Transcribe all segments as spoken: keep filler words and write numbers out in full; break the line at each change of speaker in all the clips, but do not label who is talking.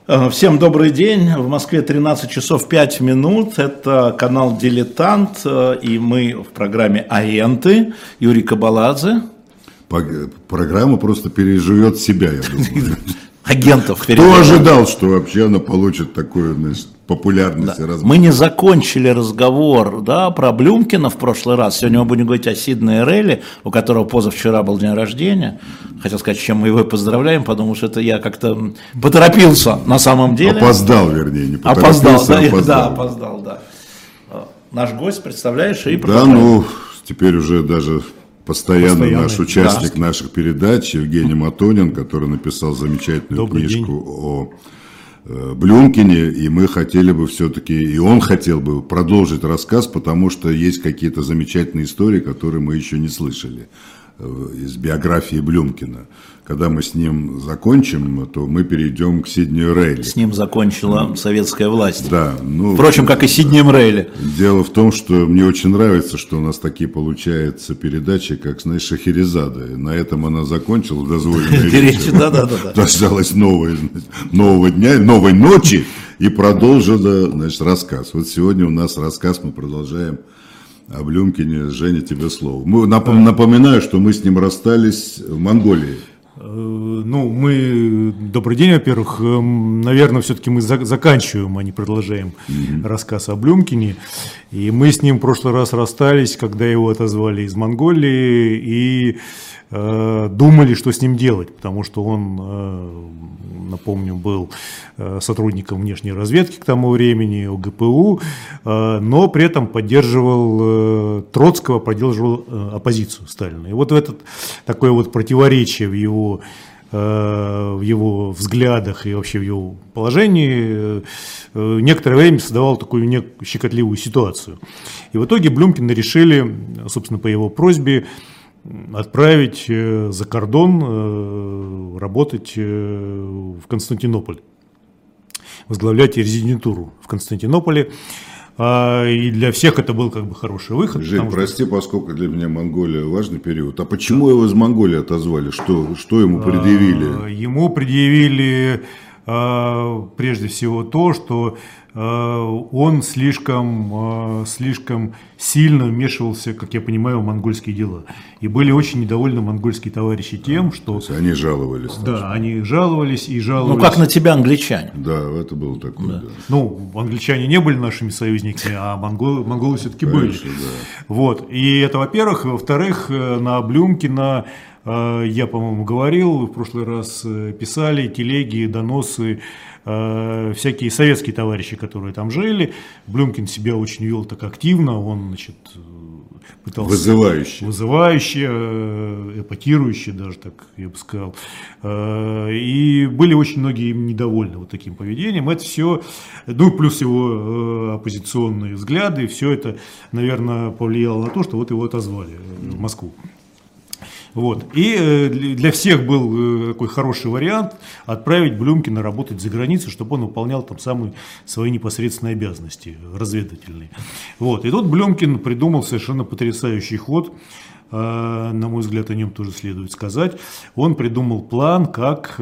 Всем добрый день. В Москве тринадцать часов пять минут. Это канал «Дилетант». И мы в программе «Агенты». Юрий Кабаладзе.
Программа просто переживет себя, я думаю.
Агентов.
Кто ожидал, что вообще она получит такую, значит, популярность
да.
и размах?
Мы не закончили разговор, да, про Блюмкина в прошлый раз. Сегодня мы будем говорить о Сиднее Рейли, у которого позавчера был день рождения. Хотел сказать, чем мы его поздравляем, потому что это я как-то поторопился на самом деле.
Опоздал, вернее, не
поторопился, опоздал, да,
опоздал.
Да, опоздал, да. Наш гость, представляешь, и
Да, ну, теперь уже даже... Постоянно
Постоянный.
наш участник
да.
наших передач Евгений Матонин, который написал замечательную
Добрый
книжку
день.
о э, Блюмкине, и мы хотели бы все-таки, и он хотел бы продолжить рассказ, потому что есть какие-то замечательные истории, которые мы еще не слышали э, из биографии Блюмкина. Когда мы с ним закончим, то мы перейдем к Сиднею Рейли.
С ним закончила mm. советская власть.
Да, ну,
впрочем, как и Сиднеем Рейли.
Дело в том, что мне очень нравится, что у нас такие получаются передачи, как, знаешь, Шахерезада. На этом она закончила дозволенную речь. Дождалась нового дня, новой ночи и продолжила, значит, рассказ. Вот сегодня у нас рассказ, мы продолжаем о Блюмкине. Женя, тебе слово. Мы, напоминаю, что мы с ним расстались в Монголии.
Ну, мы, добрый день, во-первых, наверное, все-таки мы за, заканчиваем, а не продолжаем mm-hmm. рассказ о Блюмкине, и мы с ним в прошлый раз расстались, когда его отозвали из Монголии, и э, думали, что с ним делать, потому что он, э, напомню, был э, сотрудником внешней разведки к тому времени, ОГПУ, э, но при этом поддерживал э, Троцкого, поддерживал э, оппозицию Сталина. И вот в этот такое вот противоречие в его в его взглядах и вообще в его положении некоторое время создавал такую щекотливую ситуацию. И в итоге Блюмкина решили, собственно, по его просьбе, отправить за кордон работать в Константинополь, возглавлять резидентуру в Константинополе. И для всех это был как бы хороший выход.
Жень, прости, что... поскольку для меня Монголия важный период. А почему его из Монголии отозвали? Что, что ему предъявили?
Ему предъявили прежде всего то, что он слишком, слишком сильно вмешивался, как я понимаю, в монгольские дела. И были очень недовольны монгольские товарищи тем, что...
То есть они жаловались.
Да, что... они жаловались и жаловались.
Ну, как на тебя англичане.
Да, это было такое, да.
да. Ну, англичане не были нашими союзниками, а монголы, монголы все-таки были. Да. Вот. И это, во-первых. Во-вторых, на Блюмкина, я, по-моему, говорил, в прошлый раз писали телеги, доносы, всякие советские товарищи, которые там жили. Блюмкин себя очень вел так активно, он, значит, пытался...
Вызывающе.
Вызывающе, эпатирующе даже, так я бы сказал. И были очень многие им недовольны вот таким поведением. Это все, ну, плюс его оппозиционные взгляды, все это, наверное, повлияло на то, что вот его отозвали в Москву. Вот. И для всех был такой хороший вариант отправить Блюмкина работать за границу, чтобы он выполнял там самые свои непосредственные обязанности разведывательные. Вот. И тут Блюмкин придумал совершенно потрясающий ход. На мой взгляд, о нем тоже следует сказать. Он придумал план, как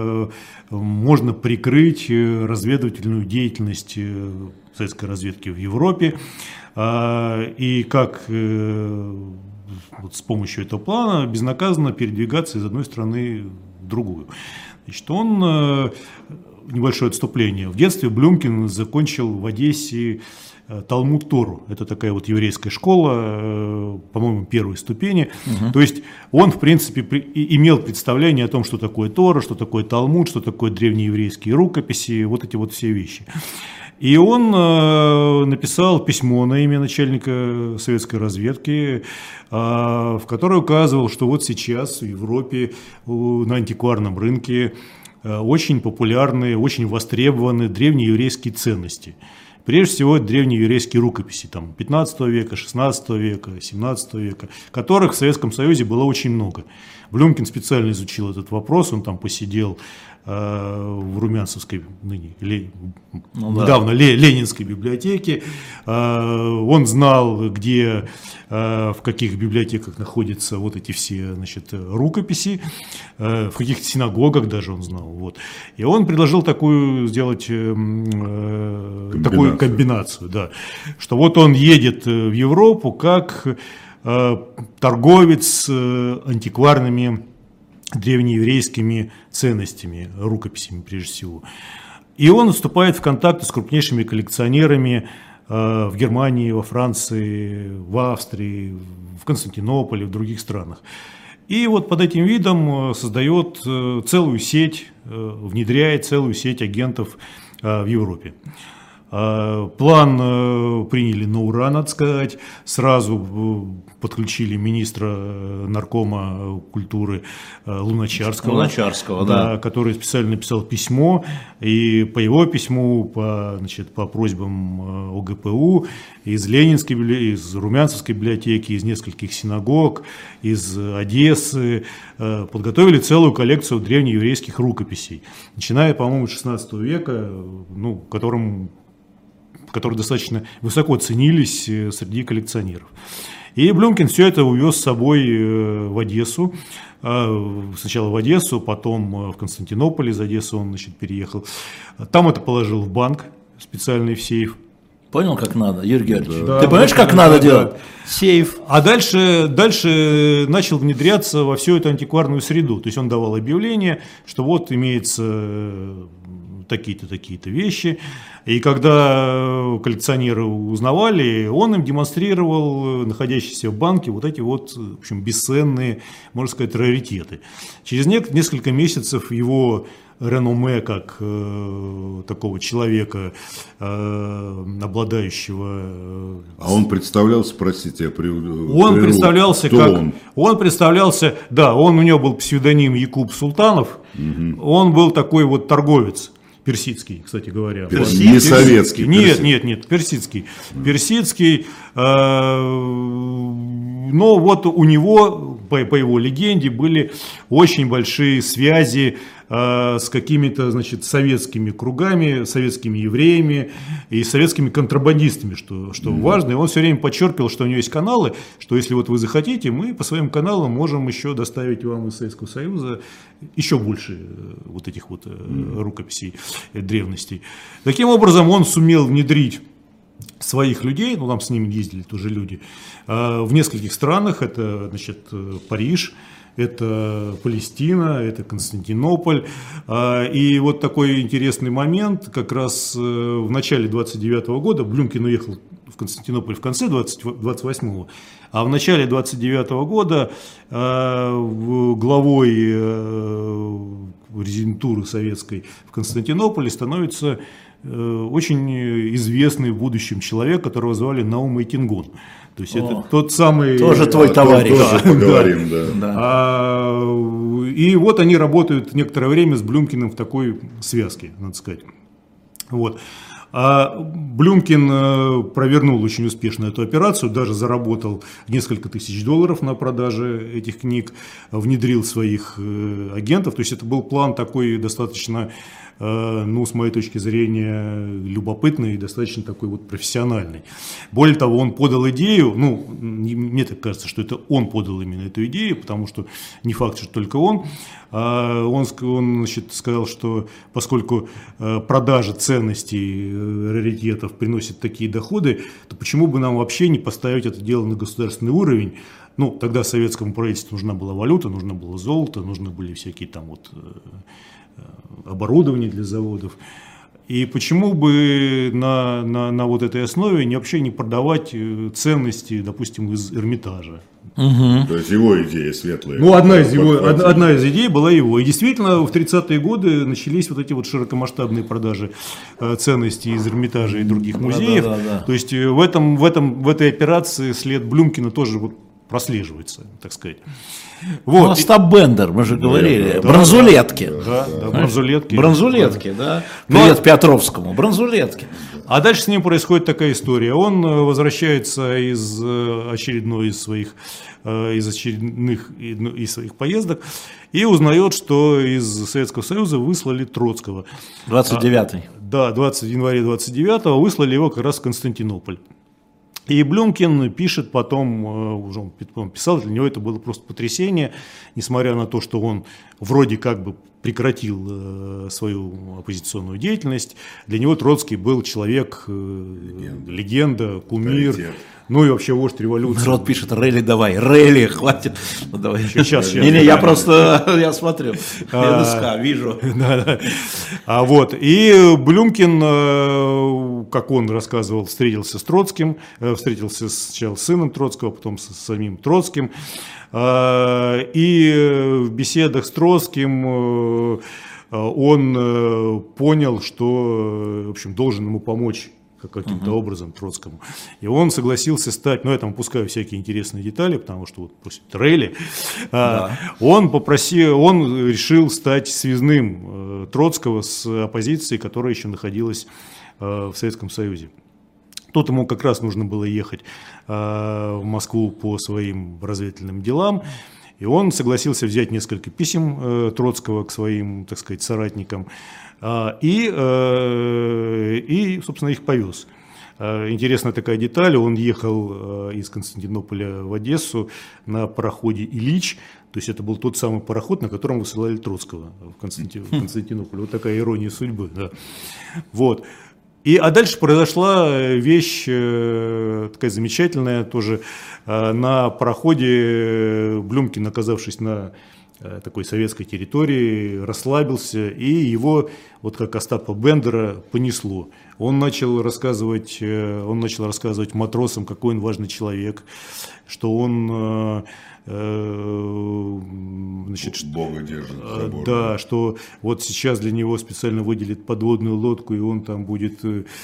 можно прикрыть разведывательную деятельность советской разведки в Европе, и как вот с помощью этого плана безнаказанно передвигаться из одной страны в другую. Значит, он, небольшое отступление, в детстве Блюмкин закончил в Одессе Талмуд Тору. Это такая вот еврейская школа, по-моему, первой ступени. Угу. То есть он, в принципе, имел представление о том, что такое Тора, что такое Талмуд, что такое древнееврейские рукописи, вот эти вот все вещи. И он э, написал письмо на имя начальника советской разведки, э, в которое указывал, что вот сейчас в Европе э, на антикварном рынке э, очень популярны, очень востребованы древнееврейские ценности. Прежде всего, это древнееврейские рукописи там, пятнадцатого века, шестнадцатого века, семнадцатого века, которых в Советском Союзе было очень много. Блюмкин специально изучил этот вопрос, он там посидел в Румянцевской, ныне, Ле,
ну,
недавно
да.
Ле, Ленинской библиотеке. Он знал, где, в каких библиотеках находятся вот эти все, значит, рукописи, в каких синагогах даже он знал. Вот. И он предложил такую сделать комбинацию. такую комбинацию, да, что вот он едет в Европу как торговец антикварными древнееврейскими ценностями, рукописями прежде всего. И он вступает в контакты с крупнейшими коллекционерами э, в Германии, во Франции, в Австрии, в Константинополе, в других странах. И вот под этим видом создает э, целую сеть, э, внедряет целую сеть агентов э, в Европе. План приняли на ура, надо сказать, сразу подключили министра наркома культуры Луначарского,
Луначарского
да,
да.
который специально написал письмо, и по его письму, по, значит, по просьбам ОГПУ, из Ленинской, из Румянцевской библиотеки, из нескольких синагог, из Одессы, подготовили целую коллекцию древнееврейских рукописей, начиная, по-моему, с шестнадцатого века, ну, которым которые достаточно высоко ценились среди коллекционеров. И Блюмкин все это увез с собой в Одессу. Сначала в Одессу, потом в Константинополь, из Одессы он, значит, переехал. Там это положил в банк, специальный в сейф.
Понял, как надо, Юрий Георгиевич?
Да.
Ты
Да,
понимаешь,
да,
как
да,
надо
да,
делать?
да.
Сейф.
А дальше, дальше начал внедряться во всю эту антикварную среду. То есть он давал объявление, что вот имеется такие-то, такие-то вещи. И когда коллекционеры узнавали, он им демонстрировал, находящиеся в банке, вот эти вот, в общем, бесценные, можно сказать, раритеты. Через несколько месяцев его реноме как э, такого человека, э, обладающего... Э,
а он представлялся, простите, я при,
Он
прерву,
представлялся
кто
как...
Он?
он представлялся, да, он, у него был псевдоним Якуб Султанов, угу. Он был такой вот торговец. Персидский, кстати говоря.
Персидский? Не советский.
Нет,
персидский.
нет, нет, персидский. Персидский, э, но вот у него, по, по его легенде, были очень большие связи э, с какими-то, значит, советскими кругами, советскими евреями и советскими контрабандистами, что, что mm-hmm. важно. И он все время подчеркивал, что у него есть каналы, что если вот вы захотите, мы по своим каналам можем еще доставить вам из Советского Союза еще больше вот этих вот mm-hmm. рукописей древностей. Таким образом, он сумел внедрить своих людей, ну там с ними ездили тоже люди, в нескольких странах. Это, значит, Париж, это Палестина, это Константинополь. И вот такой интересный момент, как раз в начале двадцать девятого года, Блюмкин уехал в Константинополь в конце двадцать восьмого, а в начале двадцать девятого года главой резидентуры советской в Константинополе становится очень известный в будущем человек, которого звали Наум Эйтингон. То есть О, это тот самый...
Тоже твой
а,
товарищ.
Тоже
да,
поговорим, да.
да. А, и вот они работают некоторое время с Блюмкиным в такой связке, надо сказать. Вот. А Блюмкин провернул очень успешно эту операцию, даже заработал несколько тысяч долларов на продаже этих книг, внедрил своих агентов. То есть это был план такой достаточно, ну, с моей точки зрения, любопытный и достаточно такой вот профессиональный. Более того, он подал идею, ну, мне так кажется, что это он подал именно эту идею, потому что не факт, что только он. Он, он значит, сказал, что поскольку продажа ценностей, раритетов приносит такие доходы, то почему бы нам вообще не поставить это дело на государственный уровень? Ну, тогда советскому правительству нужна была валюта, нужно было золото, нужны были всякие там вот оборудование для заводов. И почему бы на, на, на вот этой основе не, вообще не продавать ценности, допустим, из Эрмитажа?
Угу. То есть его идея светлая.
Ну, одна из, его, одна, одна из идей была его. И действительно, в тридцатые годы начались вот эти вот широкомасштабные продажи э, ценностей из Эрмитажа и других музеев. Да, да, да, да. То есть в, этом, в, этом, в этой операции след Блюмкина тоже вот прослеживается, так сказать.
Вот. Остап Бендер, мы же говорили,
да,
бронзулетки.
Да, да, да, бронзулетки.
Бронзулетки, да. Привет ну, Петровскому, бронзулетки.
А дальше с ним происходит такая история. Он возвращается из очередной из своих, из очередных из своих поездок и узнает, что из Советского Союза выслали Троцкого.
двадцать девятый.
А, да, двадцатого января двадцать девятого выслали его как раз в Константинополь. И Блюмкин пишет потом, уже он писал, для него это было просто потрясение, несмотря на то, что он вроде как бы прекратил свою оппозиционную деятельность, для него Троцкий был человек, легенда, легенда кумир, авторитет. Ну и вообще вождь революции.
Народ пишет, Релли давай, Релли, хватит. Ну, давай.
Сейчас, сейчас.
Не, не, я просто, я смотрю, эн эс ка, вижу.
Да, да. А вот, и Блюмкин, как он рассказывал, встретился с Троцким, встретился сначала с сыном Троцкого, потом с самим Троцким. И в беседах с Троцким он понял, что, в общем, должен ему помочь каким-то uh-huh. образом Троцкому. И он согласился стать, ну я там упускаю всякие интересные детали, потому что вот просит Релли, да. он попросил, он решил стать связным Троцкого с оппозицией, которая еще находилась в Советском Союзе. Тут ему как раз нужно было ехать в Москву по своим разведывательным делам. И он согласился взять несколько писем э, Троцкого к своим, так сказать, соратникам э, и, э, и, собственно, их повез. Э, интересная такая деталь, он ехал э, из Константинополя в Одессу на пароходе «Ильич», то есть это был тот самый пароход, на котором высылали Троцкого в, Константи... в Константинополь. Вот такая ирония судьбы. Да. Вот. И, а дальше произошла вещь э, такая замечательная тоже. Э, на пароходе Блюмкин, оказавшись на э, такой советской территории, расслабился, и его, вот как Остапа Бендера, понесло. Он начал рассказывать, э, он начал рассказывать матросам, какой он важный человек, что он... Э,
Значит, Бога держит за борт.
Да, что вот сейчас для него специально выделят подводную лодку, и он там будет,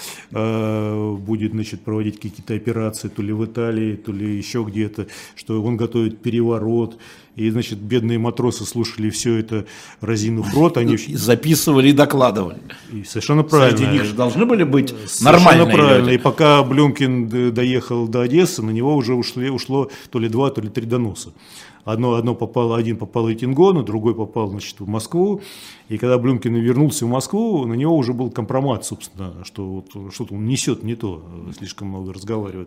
э, будет значит, проводить какие-то операции, то ли в Италии, то ли еще где-то, что он готовит переворот. И, значит, бедные матросы слушали все это, разинув рот. Они
записывали и докладывали.
И совершенно правильно.
Среди них же должны были быть нормальные люди.
Правильно. И пока Блюмкин доехал до Одессы, на него уже ушли, ушло то ли два, то ли три доноса. Одно, одно попало, один попал в Итингону, другой попал, значит, в Москву. И когда Блюмкин вернулся в Москву, на него уже был компромат, собственно, что вот, что-то он несет не то, слишком много разговаривает.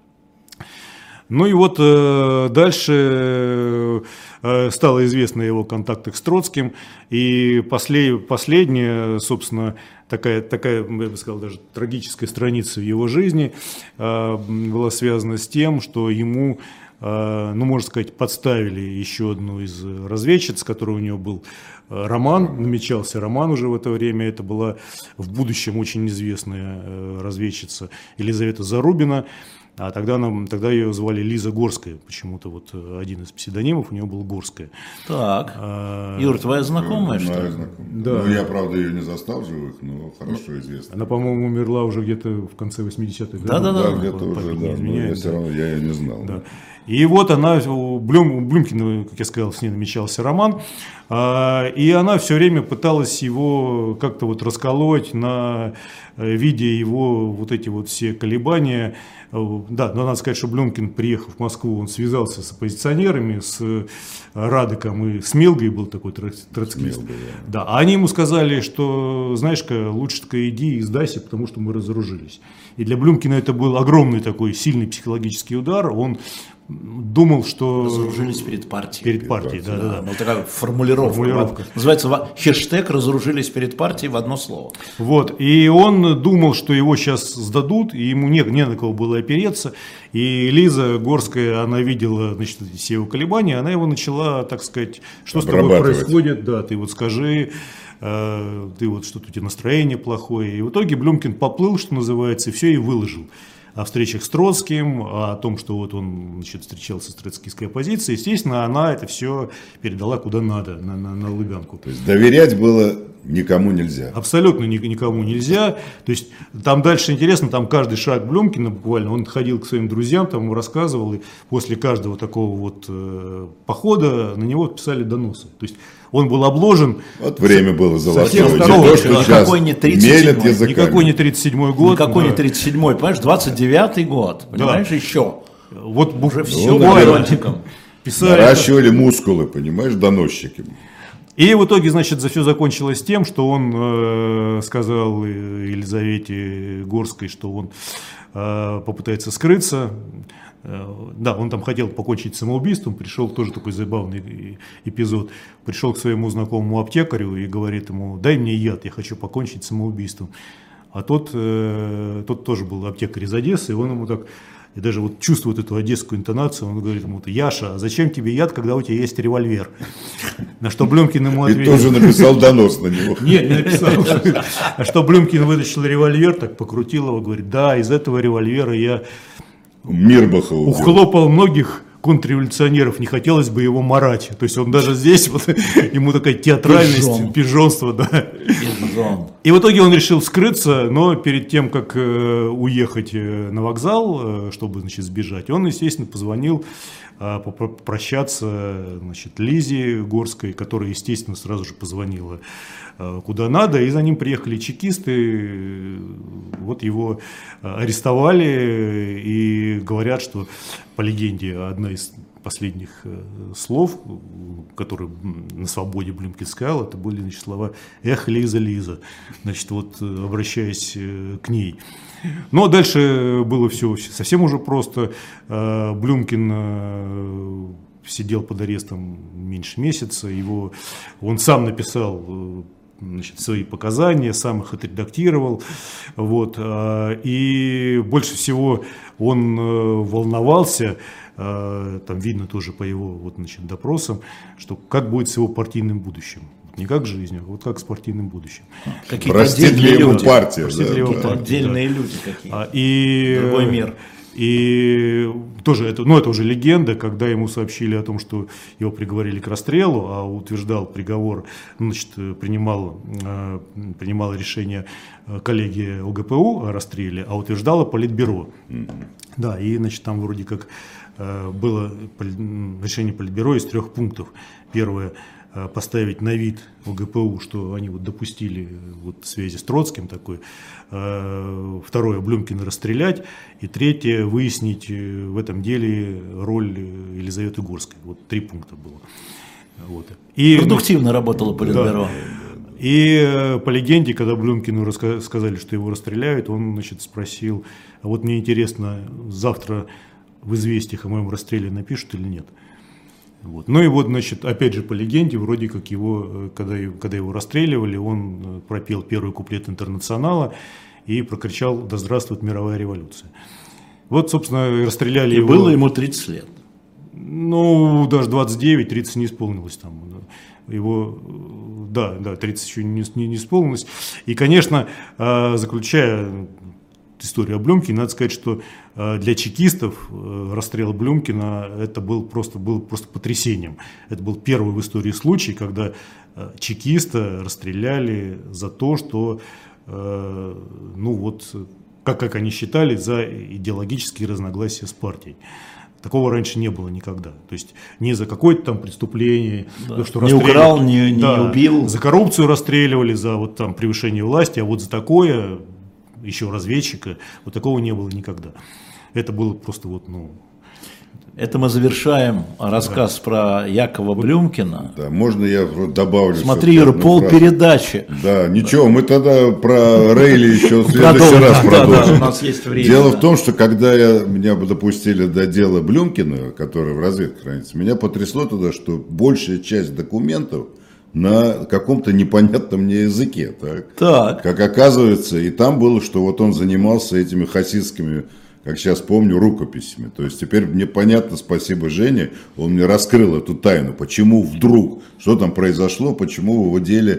Ну и вот э, дальше э, стало известно о его контактах с Троцким, и послед, последняя, собственно, такая, такая, я бы сказал, даже трагическая страница в его жизни э, была связана с тем, что ему, э, ну, можно сказать, подставили еще одну из разведчиц, который у него был роман, намечался роман уже в это время, это была в будущем очень известная э, разведчица Елизавета Зарубина. А тогда, она, тогда ее звали Лиза Горская, почему-то вот один из псевдонимов у нее был Горская.
Так, а, Юр, твоя знакомая, что ли?
Да. Ну, я, правда, ее не застал живых, но хорошо известна.
Она, по-моему, умерла уже где-то в конце восьмидесятых годов.
Да-да-да.
Да, где-то уже, да, но я все равно я ее не знал.
Да. И вот она, у, Блюм, у Блюмкина, как я сказал, с ней намечался роман, а, и она все время пыталась его как-то вот расколоть, на, видя его вот эти вот все колебания. Да, но надо сказать, что Блюмкин, приехав в Москву, он связался с оппозиционерами, с Радыком и с Милгой, был такой троцкист. Милга, да. Да, а они ему сказали, что, знаешь-ка, лучше-ка иди и сдайся, потому что мы разоружились. И для Блюмкина это был огромный такой сильный психологический удар. Он думал, что...
Разоружились перед партией.
Перед партией, да, да, да.
Ну, такая формулировка. формулировка. Называется хештег «разоружились перед партией» в одно слово.
Вот, и он думал, что его сейчас сдадут, и ему не, не на кого было опереться. И Лиза Горская, она видела, значит, все его колебания, она его начала, так сказать, что с тобой происходит, да, ты вот скажи... ты вот что-то у тебя настроение плохое. И в итоге Блюмкин поплыл, что называется, и все, и выложил. о встречах с Троцким, о том, что вот он, значит, встречался с троцкистской оппозицией. Естественно, она это все передала куда надо, на, на, на Лубянку.
То есть доверять было никому нельзя.
Абсолютно никому нельзя. То есть там дальше интересно, там каждый шаг Блюмкина буквально, он ходил к своим друзьям, там ему рассказывал, и после каждого такого вот э, похода на него писали доносы. То есть он был обложен.
Вот время было золотое.
Не то, что никакой не тридцать седьмой.
Никакой не тридцать седьмой год.
Никакой да. не тридцать седьмой, понимаешь, двадцать девятый год. Понимаешь, да. еще.
Вот уже все
бумажником.
Наращивали мускулы, понимаешь, доносчики.
И в итоге, значит, за все закончилось тем, что он э, сказал Елизавете Горской, что он э, попытается скрыться. Э, да, он там хотел покончить самоубийством, пришел, тоже такой забавный эпизод, пришел к своему знакомому аптекарю и говорит ему: дай мне яд, я хочу покончить самоубийством. А тот, э, тот тоже был аптекарь из Одессы, и он ему так... И даже вот чувствует эту одесскую интонацию, он говорит ему: Яша, а зачем тебе яд, когда у тебя есть револьвер? На что Блюмкин ему ответил...
И тоже написал донос на него.
Нет, не написал. А что Блюмкин вытащил револьвер, так покрутил его, говорит: да, из этого револьвера я
Мирбаха
ухлопал многих контрреволюционеров, не хотелось бы его марать. То есть он даже здесь, вот, ему такая театральность, Пижон. пижонство. Да. Пижон. И в итоге он решил скрыться, но перед тем, как э, уехать на вокзал, э, чтобы, значит, сбежать, он, естественно, позвонил э, попрощаться, значит, Лизе Горской, которая, естественно, сразу же позвонила э, куда надо, и за ним приехали чекисты, вот его арестовали, и говорят, что по легенде одна из последних э, слов, которые на свободе Блюмкин сказал, это были, значит, слова: «Эх, Лиза, Лиза», значит, вот обращаясь э, к ней. Но дальше было все совсем уже просто. Э, Блюмкин э, сидел под арестом меньше месяца, его, он сам написал э, значит, свои показания, сам их отредактировал, вот, и больше всего он волновался, там видно тоже по его вот, значит, допросам, что как будет с его партийным будущим. Не как жизнью, а вот как с партийным будущим.
Какие-то отдельные люди. Партия,
да,
да,
да, отдельные да. люди какие-то.
И,
другой мир.
И тоже это, ну, это уже легенда, когда ему сообщили о том, что его приговорили к расстрелу, а утверждал приговор, значит, принимал, принимало решение коллегия ЛГПУ о расстреле, а утверждало Политбюро. Mm-hmm. Да, и, значит, там вроде как было решение Политбюро из трех пунктов. Первое: поставить на вид ЛГПУ, что они вот допустили вот в связи с Троцким такой. Второе: Блюмкина расстрелять. И третье: выяснить в этом деле роль Елизаветы Горской. Вот три пункта было. Вот. И,
продуктивно работало Политбюро.
Да. И по легенде, когда Блюмкину сказали, что его расстреляют, он, значит, спросил: а вот мне интересно, завтра в «Известиях» о моем расстреле напишут или нет? Вот. Ну и вот, значит, опять же по легенде, вроде как его, когда, когда его расстреливали, он пропел первый куплет «Интернационала» и прокричал: «Да здравствует мировая революция». Вот, собственно, расстреляли
и
его.
Было ему тридцать лет.
Ну, даже двадцать девять, тридцать не исполнилось там. Его, да, да, тридцать еще не, не, не исполнилось. И, конечно, заключая историю о Блюмкине, надо сказать, что для чекистов расстрел Блюмкина это был просто, был просто потрясением. Это был первый в истории случай, когда чекиста расстреляли за то, что, ну вот, как, как они считали, за идеологические разногласия с партией. Такого раньше не было никогда. То есть не за какое-то там преступление,
да. что не украл, не, не
да,
убил.
За коррупцию расстреливали, за вот там превышение власти, а вот за такое, еще разведчика, вот такого не было никогда. Это было просто вот, ну...
Это мы завершаем рассказ да. про Якова Блюмкина.
Да, можно я добавлю?
Смотри, Юра, полпередачи.
Да, ничего, мы тогда про Рейли еще в следующий раз продолжим.
У нас есть время.
Дело в том, что когда я, меня допустили до дела Блюмкина, который в разведке хранится, меня потрясло тогда, что большая часть документов на каком-то непонятном мне языке. Так?
Так.
Как оказывается, и там было, что вот он занимался этими хасидскими, как сейчас помню, рукописями. То есть теперь мне понятно, спасибо Жене, он мне раскрыл эту тайну. Почему вдруг, что там произошло, почему в его деле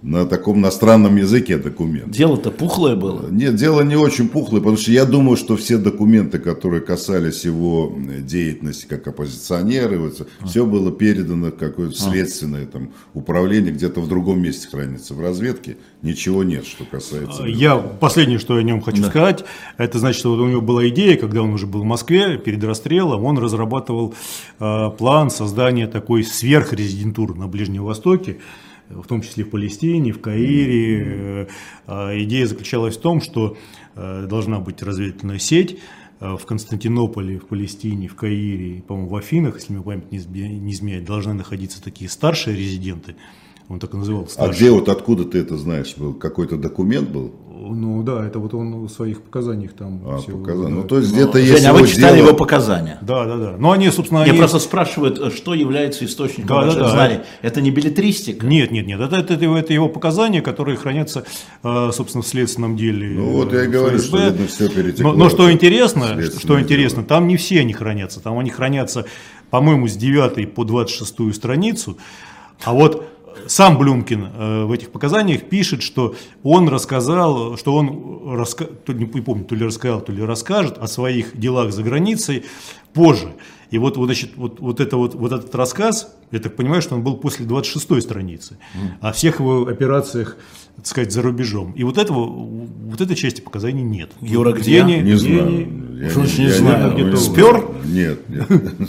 на таком иностранном языке документ.
Дело-то пухлое было?
Нет, дело не очень пухлое, потому что я думаю, что все документы, которые касались его деятельности как оппозиционера, вот, а. все было передано в какое-то следственное там, управление, где-то в другом месте хранится. В разведке ничего нет, что касается...
Я последнее, что я о нем хочу да. сказать, это значит, что у него была идея, когда он уже был в Москве, перед расстрелом, он разрабатывал э, план создания такой сверхрезидентуры на Ближнем Востоке, в том числе в Палестине, в Каире. Идея заключалась в том, что должна быть разведывательная сеть в Константинополе, в Палестине, в Каире, по-моему, в Афинах, если мне память не изменяет, должны находиться такие старшие резиденты. Он так и называл.
Старший. А где вот откуда ты это знаешь? Был какой-то документ был?
Ну да, это вот он в своих показаниях там.
А,
все,
показания.
Да.
Ну то есть где-то есть.
Женя, а вы читали дело... его показания?
Да, да, да. Но они, собственно,
Мне
они...
просто спрашивают, что является источником
да,
ваших
да, да.
знаний. Это не беллетристика?
Нет, нет, нет. Это, это, это его показания, которые хранятся, собственно, в следственном деле.
Ну вот я и говорю, что видно, все перетекло.
Но, но что интересно, что интересно, там не все они хранятся. Там они хранятся, по-моему, с девятой по двадцать шестую страницу. А вот сам Блюмкин э, в этих показаниях пишет, что он рассказал, что он, раска... то, не помню, то ли рассказал, то ли расскажет о своих делах за границей позже. И вот, вот, значит, вот, вот, это вот, вот этот рассказ, я так понимаю, что он был после двадцать шестой страницы, mm. о всех его операциях, так сказать, за рубежом. И вот этого, вот этой части показаний нет.
Юра, где?
Не, не знаю.
Не, я не, не знаю. Не Спер?
Нет, нет.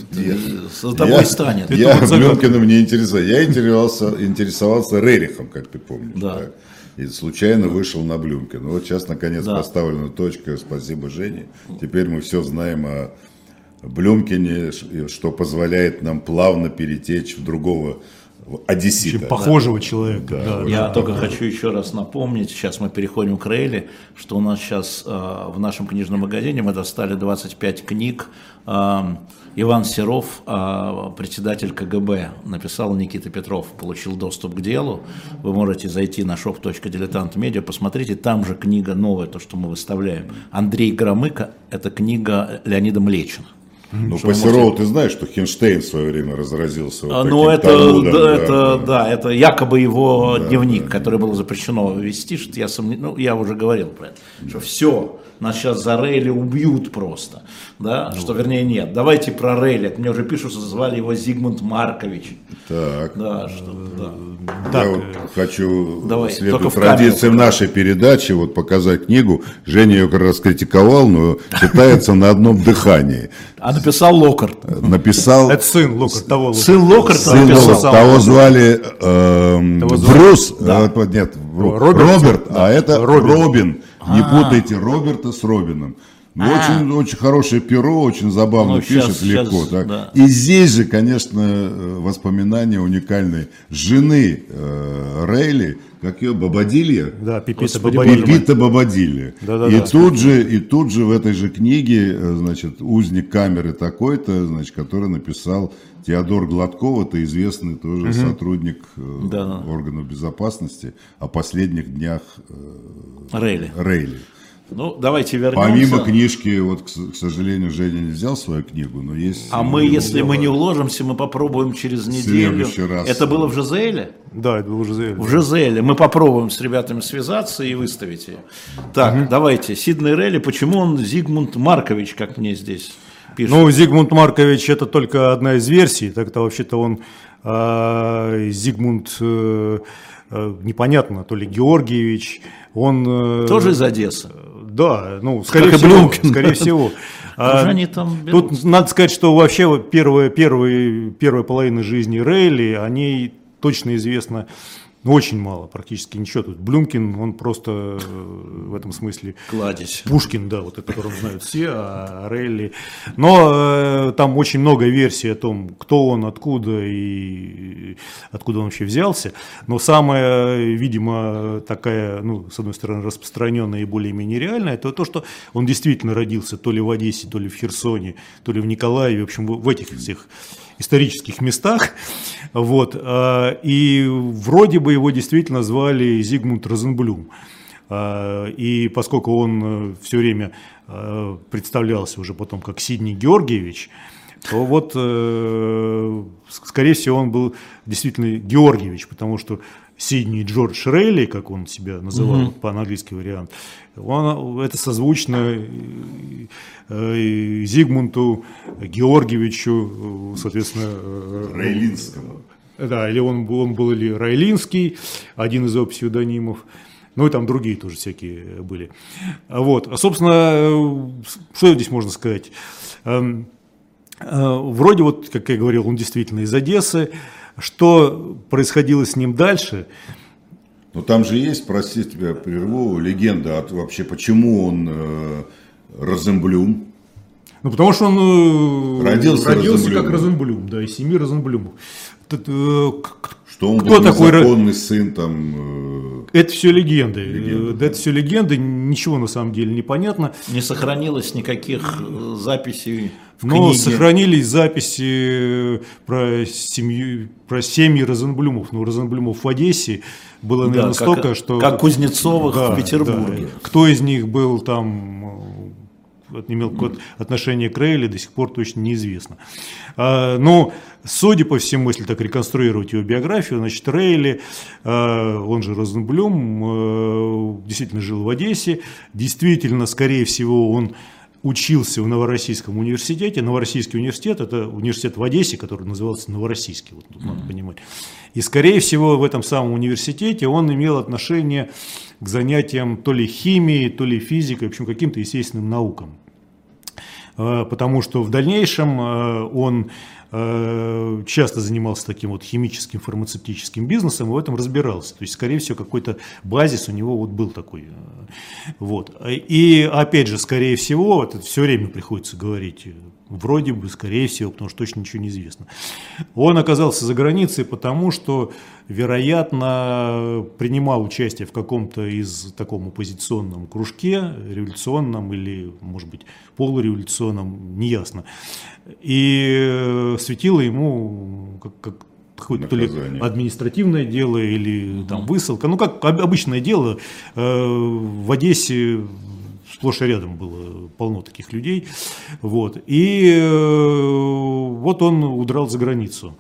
За тобой станет.
Я Блюмкиным не интересовался. Я интересовался, интересовался Рерихом, как ты помнишь.
Да.
И случайно вышел на Блюмкина. Вот сейчас, наконец, да. поставлена точка. Спасибо, Жене. Теперь мы все знаем о Блюмкине, что позволяет нам плавно перетечь в другого одессита.
Очень похожего да. человека.
Да, да. Я только похож. хочу еще раз напомнить, сейчас мы переходим к Рейли, что у нас сейчас э, в нашем книжном магазине мы достали двадцать пять книг. Э, Иван Серов, э, председатель ка гэ бэ, написал, Никита Петров получил доступ к делу. Вы можете зайти на шоп точка дилетант медиа, посмотрите, там же книга новая, то, что мы выставляем. Андрей Громыко, это книга Леонида Млечина.
Ну, по Серову можете... ты знаешь, что Хинштейн в свое время разразился вот
ну, это,
Талмудом,
да,
да,
это,
да.
да, это якобы его
да,
дневник,
да,
который было запрещено вести, что я, сомнев... ну, я уже говорил про это, да. что все, нас сейчас за Рейли убьют просто, да, ну, что вернее нет, давайте про Рейли, мне уже пишут, что звали его Зигмунд Маркович.
Так,
да, что, да.
Я
так,
вот хочу,
давай,
следуя традициям нашей передачи, вот показать книгу. Женя ее как раз критиковал, но читается на одном дыхании.
А написал Локкарт.
Написал...
Это сын Локкарт, того Локкарта.
Сын Локкарта
сын
написал.
Того звали э, того Брюс,
да.
э, нет,
Роберт,
Роберт,
да.
а это
Робин.
Робин. Не
А-а-а.
путайте Роберта с Робином. Ну, очень, очень хорошее перо, очень забавно
ну,
пишет,
сейчас,
легко.
сейчас,
так.
Да.
И здесь же, конечно, воспоминания уникальной жены э, Рейли, как ее, Бобадилья?
Да, Пипита Бобадилья.
Пипита Бобадилья.
Да, да,
и,
да,
тут же, и тут же в этой же книге, значит, узник камеры такой-то, значит, который написал Теодор Гладков, это известный тоже угу. сотрудник
да.
органов безопасности, о последних днях э,
Рейли.
Рейли.
Ну, давайте вернемся.
Помимо книжки, вот, к, к сожалению, Женя не взял свою книгу, но есть...
А мы, если мы не уложимся, мы попробуем через неделю.
Раз.
Это было в ЖЗЛе?
Да, это было в ЖЗЛе.
В ЖЗЛе. Мы попробуем с ребятами связаться и выставить ее. Так, угу. давайте. Сидней Рейли, почему он Зигмунд Маркович, как мне здесь пишут?
Ну, Зигмунд Маркович это только одна из версий. Так-то вообще-то он э, Зигмунд... Э, непонятно, то ли Георгиевич, он...
Тоже из Одессы?
Да, ну, скорее всего, скорее всего.
А, они там
тут надо сказать, что вообще первая, первая, первая половина жизни Рейли, о ней точно известно очень мало, практически ничего. Тут Блюмкин, он просто в этом смысле...
Кладезь.
Пушкин, да, вот о котором знают все, а Рейли. Но э, там очень много версий о том, кто он, откуда и откуда он вообще взялся. Но самая, видимо, такая, ну, с одной стороны, распространенная и более-менее реальная, это то, что он действительно родился то ли в Одессе, то ли в Херсоне, то ли в Николаеве, в общем, в этих всех исторических местах, вот, и вроде бы его действительно звали Зигмунд Розенблюм, и поскольку он все время представлялся уже потом как Сидней Георгиевич, то вот, скорее всего, он был действительно Георгиевич, потому что Сидни Джордж Рейли, как он себя называл, mm-hmm. по-английски вариант, он, это созвучно Зигмунту Георгиевичу, соответственно,
Рейлинскому.
Да, или он, он был или Рейлинский, один из его псевдонимов. Ну и там другие тоже всякие были. Вот. А, собственно, что здесь можно сказать? Вроде вот, как я говорил, он действительно из Одессы. Что происходило с ним дальше?
Но там же есть, прости тебя, прерву, легенда от вообще, почему он э, Розенблюм.
Ну, потому что он
родился,
родился как Розенблюм, да, из семьи Розенблюмов.
Что он
Кто
был
такой
незаконный сын там?
Это все легенды.
легенды
да. Это все легенды, ничего на самом деле не понятно.
Не сохранилось никаких записей в
Но
книге.
сохранились записи про семью, про семьи Розенблюмов. Ну, Розенблюмов в Одессе было, наверное,
да,
столько,
как,
что...
Как Кузнецовых
да,
в Петербурге.
Да. Кто из них был там... имел какое-то отношение к Рейли, до сих пор точно неизвестно. А, но, судя по всему, если так реконструировать его биографию, значит, Рейли, а, он же Розенблюм, а, действительно жил в Одессе, действительно, скорее всего, он учился в Новороссийском университете. Новороссийский университет – это университет в Одессе, который назывался Новороссийский, вот тут mm-hmm. надо понимать. И, скорее всего, в этом самом университете он имел отношение к занятиям то ли химией, то ли физикой, в общем, каким-то естественным наукам. Потому что в дальнейшем он часто занимался таким вот химическим, фармацевтическим бизнесом и в этом разбирался. То есть, скорее всего, какой-то базис у него вот был такой. Вот. И, опять же, скорее всего, это все время приходится говорить, вроде бы, скорее всего, потому что точно ничего не известно. Он оказался за границей, потому что, вероятно, принимал участие в каком-то из таком оппозиционном кружке, революционном или, может быть, полуреволюционном, неясно. И светило ему как, как какое-то то ли административное дело или угу. там высылка. Ну, как обычное дело, в Одессе сплошь и рядом было полно таких людей. Вот. И вот он удрал за границу.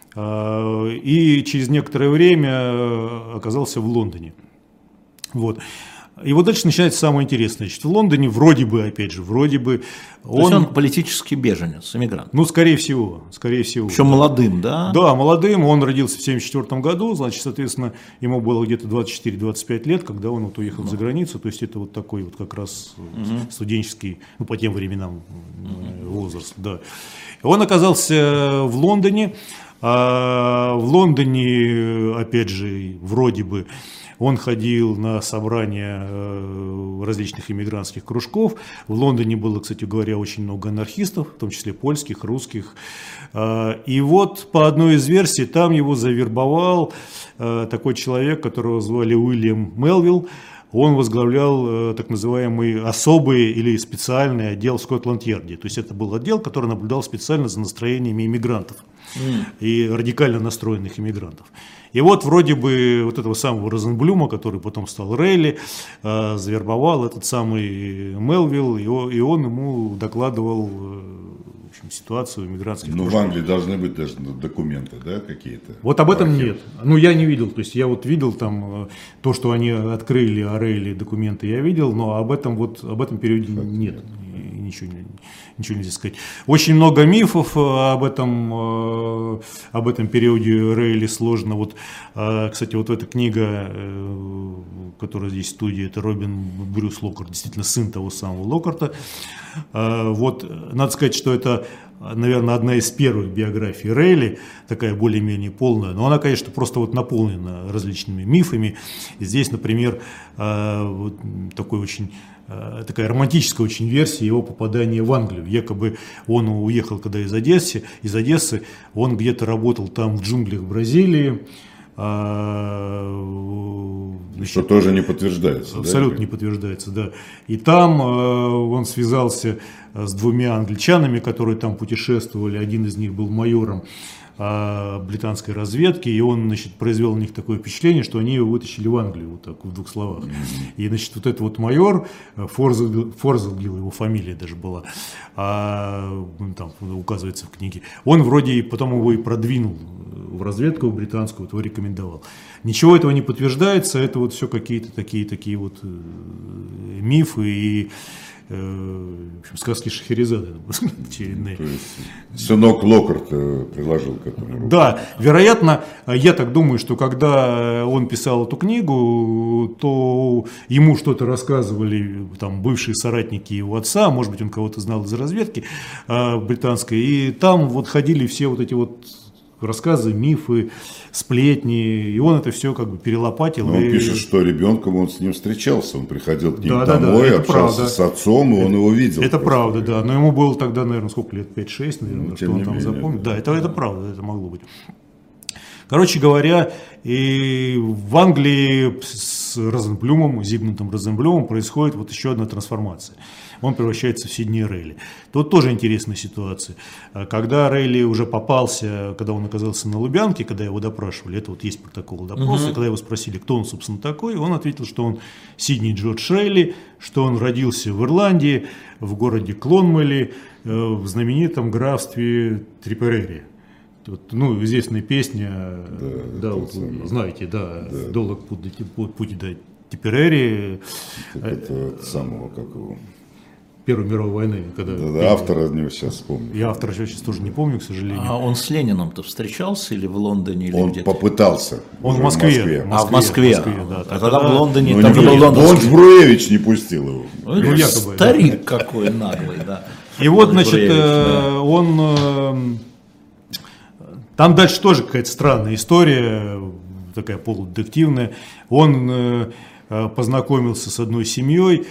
И через некоторое время оказался в Лондоне. Вот. И вот дальше начинается самое интересное. Значит, в Лондоне вроде бы, опять же, вроде бы...
Он, То есть он политический беженец, эмигрант?
Ну, скорее всего, скорее всего.
Еще
да.
молодым, да?
Да, молодым. Он родился в семьдесят четвёртом году, значит, соответственно, ему было где-то двадцать четыре - двадцать пять лет, когда он вот уехал да. за границу. То есть это вот такой вот как раз угу. студенческий, ну, по тем временам угу. возраст, да. Он оказался в Лондоне. А в Лондоне, опять же, вроде бы, он ходил на собрания различных иммигрантских кружков. В Лондоне было, кстати говоря, очень много анархистов, в том числе польских, русских. И вот по одной из версий там его завербовал такой человек, которого звали Уильям Мелвилл. Он возглавлял так называемый особый или специальный отдел в Скотланд-Ярде. То есть это был отдел, который наблюдал специально за настроениями иммигрантов mm. и радикально настроенных иммигрантов. И вот вроде бы вот этого самого Розенблюма, который потом стал Рейли, э, завербовал этот самый Мелвилл, и он, и он ему докладывал в общем, ситуацию иммигрантских.
Но в Англии должны быть даже документы, да, какие-то?
Вот об этом нет. Ну, я не видел. То есть я вот видел там то, что они открыли о Рейли документы, я видел, но об этом вот об этом периоде как нет. нет. Ничего, ничего нельзя сказать. Очень много мифов об этом, об этом периоде Рейли сложно. Вот, кстати, вот эта книга, которая здесь в студии, это Робин Брюс Локкарт, действительно сын того самого Локкарта. Вот, надо сказать, что это, наверное, одна из первых биографий Рейли, такая более-менее полная, но она, конечно, просто вот наполнена различными мифами. И здесь, например, вот такой очень такая романтическая очень версия его попадания в Англию. Якобы он уехал когда из Одессы, из Одессы, он где-то работал там в джунглях Бразилии.
Значит, что тоже не подтверждается.
Абсолютно
да?
не подтверждается, да. И там он связался с двумя англичанами, которые там путешествовали. Один из них был майором британской разведки, и он, значит, произвел на них такое впечатление, что они его вытащили в Англию, вот так, в двух словах. И, значит, вот этот вот майор, Форзелгилл, его фамилия даже была, а, там указывается в книге, он вроде потом его и продвинул в разведку британскую, вот его рекомендовал. Ничего этого не подтверждается, это вот все какие-то такие, такие вот мифы и в общем, сказки Шахерезады.
Сынок Локкарта приложил к этому руку.
Да, вероятно, я так думаю, что когда он писал эту книгу, то ему что-то рассказывали там бывшие соратники его отца, может быть, он кого-то знал из разведки британской, и там вот ходили все вот эти вот рассказы, мифы, сплетни, и он это все как бы перелопатил.
Но он
и...
пишет, что ребенком он с ним встречался, он приходил к ним
да,
домой,
да, да,
общался
правда.
с отцом, и он
это,
его видел.
Это правда, да, но ему было тогда, наверное, сколько лет, пять-шесть, наверное,
ну,
что он там
менее,
запомнил.
Да,
да, это, это правда, это могло быть. Короче говоря, и в Англии с Розенблюмом, Зигмундом Розенблюмом происходит вот еще одна трансформация. Он превращается в Сиднея Рейли. Тут тоже интересная ситуация. Когда Рейли уже попался, когда он оказался на Лубянке, когда его допрашивали, это вот есть протокол допроса, uh-huh. когда его спросили, кто он, собственно, такой, он ответил, что он Сидней Джордж Рейли, что он родился в Ирландии, в городе Клонмелли, в знаменитом графстве Триперери. Вот, ну, известная песня, да, да вот, знаете, да, да. «Долг путь до Триперери».
Это, это самого, как его...
Первой мировой войны. Когда
да, да, автора от него сейчас вспомню.
Я автора сейчас тоже не помню, к сожалению.
А он с Лениным-то встречался или в Лондоне? Или
он
где-то?
попытался.
Он в Москве.
В Москве. А, в Москве.
В Москве, да.
А тогда в Лондоне...
Ну,
там
не,
был
он Бруевич не пустил его.
Ну, ну, якобы, старик да. какой наглый, да.
И вот, значит, да. он... Там дальше тоже какая-то странная история, такая полудетективная. Он... познакомился с одной семьей,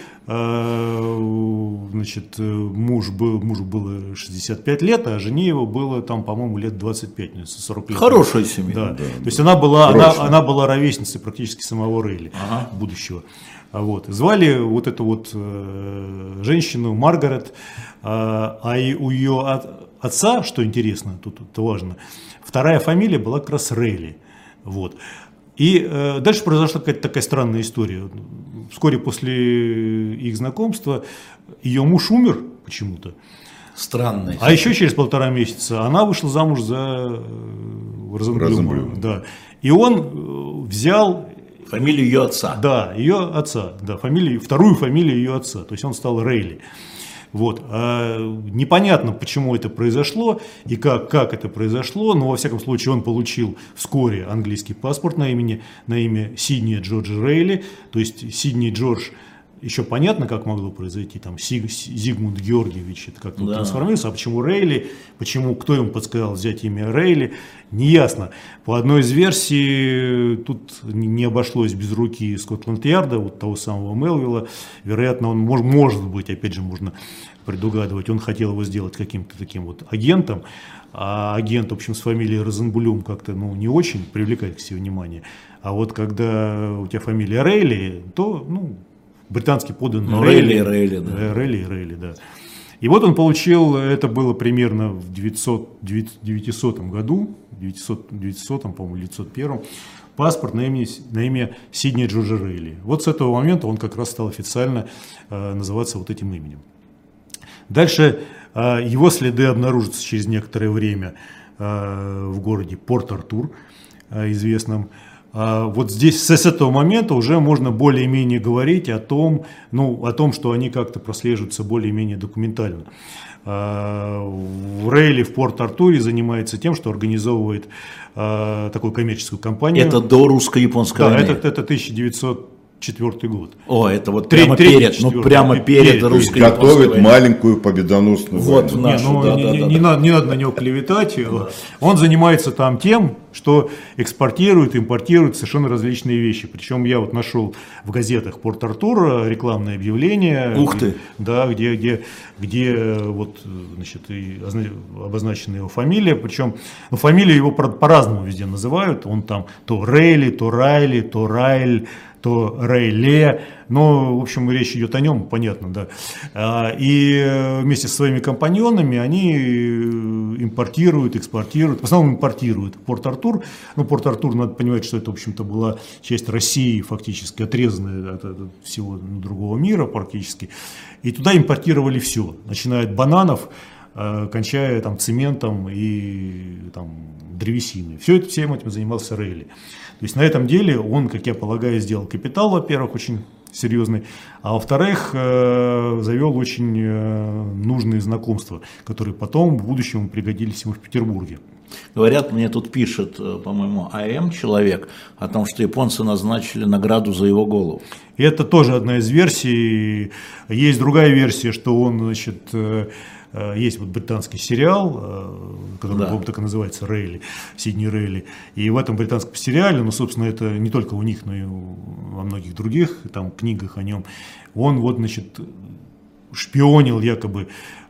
значит, муж был, мужу было шестьдесят пять лет, а жене его было там, по-моему, лет двадцать пять, сорок лет.
Хорошая семья.
Да.
Да,
То
да.
есть она была, она, она была ровесницей практически самого Рейли, ага. будущего. Вот. Звали вот эту вот э, женщину Маргарет, а, а и у ее от, отца, что интересно, тут это важно, вторая фамилия была как раз Рейли. Вот. И э, дальше произошла какая-то такая странная история. Вскоре после их знакомства ее муж умер почему-то.
Странно.
А еще через полтора месяца она вышла замуж за Розенблюма. Да. И он взял...
Фамилию ее отца.
Да, ее отца. Да, фамилию, вторую фамилию ее отца. То есть он стал Рейли. Вот. А непонятно, почему это произошло и как, как это произошло, но во всяком случае он получил вскоре английский паспорт на, имени, на имя Сиднея Джорджа Рейли, то есть Сидней Джордж, еще понятно, как могло произойти, там Сиг, Зигмунд Георгиевич, это как-то да. трансформировался, а почему Рейли, почему, кто ему подсказал взять имя Рейли, неясно. По одной из версий, тут не обошлось без руки Скотланд-Ярда, вот того самого Мелвилла, вероятно, он может, может быть, опять же, можно предугадывать, он хотел его сделать каким-то таким вот агентом, а агент, в общем, с фамилией Розенблюм как-то, ну, не очень привлекает к себе внимание, а вот когда у тебя фамилия Рейли, то, ну, британский подданный
ну, Рейли, Рейли, да.
Рейли, Рейли, да. И вот он получил, это было примерно в девятисотом году, девятисотом, по-моему, девятьсот первом, паспорт на имя, на имя Сиднея Джорджа Рейли. Вот с этого момента он как раз стал официально э, называться вот этим именем. Дальше э, его следы обнаружатся через некоторое время э, в городе Порт-Артур, э, известном. Вот здесь с этого момента уже можно более-менее говорить о том, ну, о том, что они как-то прослеживаются более-менее документально. Рейли в Порт-Артуре занимается тем, что организовывает такую коммерческую компанию.
Это до русско-японской
да,
войны?
Да, это, это тысяча девятьсот четвёртый год.
О, это вот
Треть,
прямо
третий,
перед, ну прямо перед, перед русско-японской
готовит
войной.
маленькую победоносную
вот
войну.
Нашу,
не, ну,
да,
не,
да,
не,
да,
не,
да.
Надо, не надо на него клеветать. Да. Он занимается там тем, что экспортирует, импортирует совершенно различные вещи. Причем я вот нашел в газетах Порт-Артура рекламное объявление.
Ух ты!
Да, где, где, где вот, значит, и обозначена его фамилия. Причем ну, фамилию его по-разному везде называют. Он там то Рейли, то Райли, то Райль, то Рейле, но, в общем, речь идет о нем, понятно, да. И вместе со своими компаньонами они импортируют, экспортируют, в основном импортируют Порт-Артур. Ну, Порт-Артур, надо понимать, что это, в общем-то, была часть России, фактически отрезанная от, от всего другого мира практически. И туда импортировали все, начиная от бананов, кончая там цементом и там древесиной. Все это, всем этим занимался Рейли. То есть на этом деле он, как я полагаю, сделал капитал, во-первых, очень серьезный, а во-вторых, завел очень нужные знакомства, которые потом в будущем пригодились ему в Петербурге.
Говорят, мне тут пишет, по-моему, АМ человек о том, что японцы назначили награду за его голову.
И это тоже одна из версий. Есть другая версия, что он, значит, есть вот британский сериал, который, да, по-моему, так и называется, Рейли, Сидни Рейли. И в этом британском сериале, ну, собственно, это не только у них, но и во многих других там книгах о нем, он вот, значит, шпионил якобы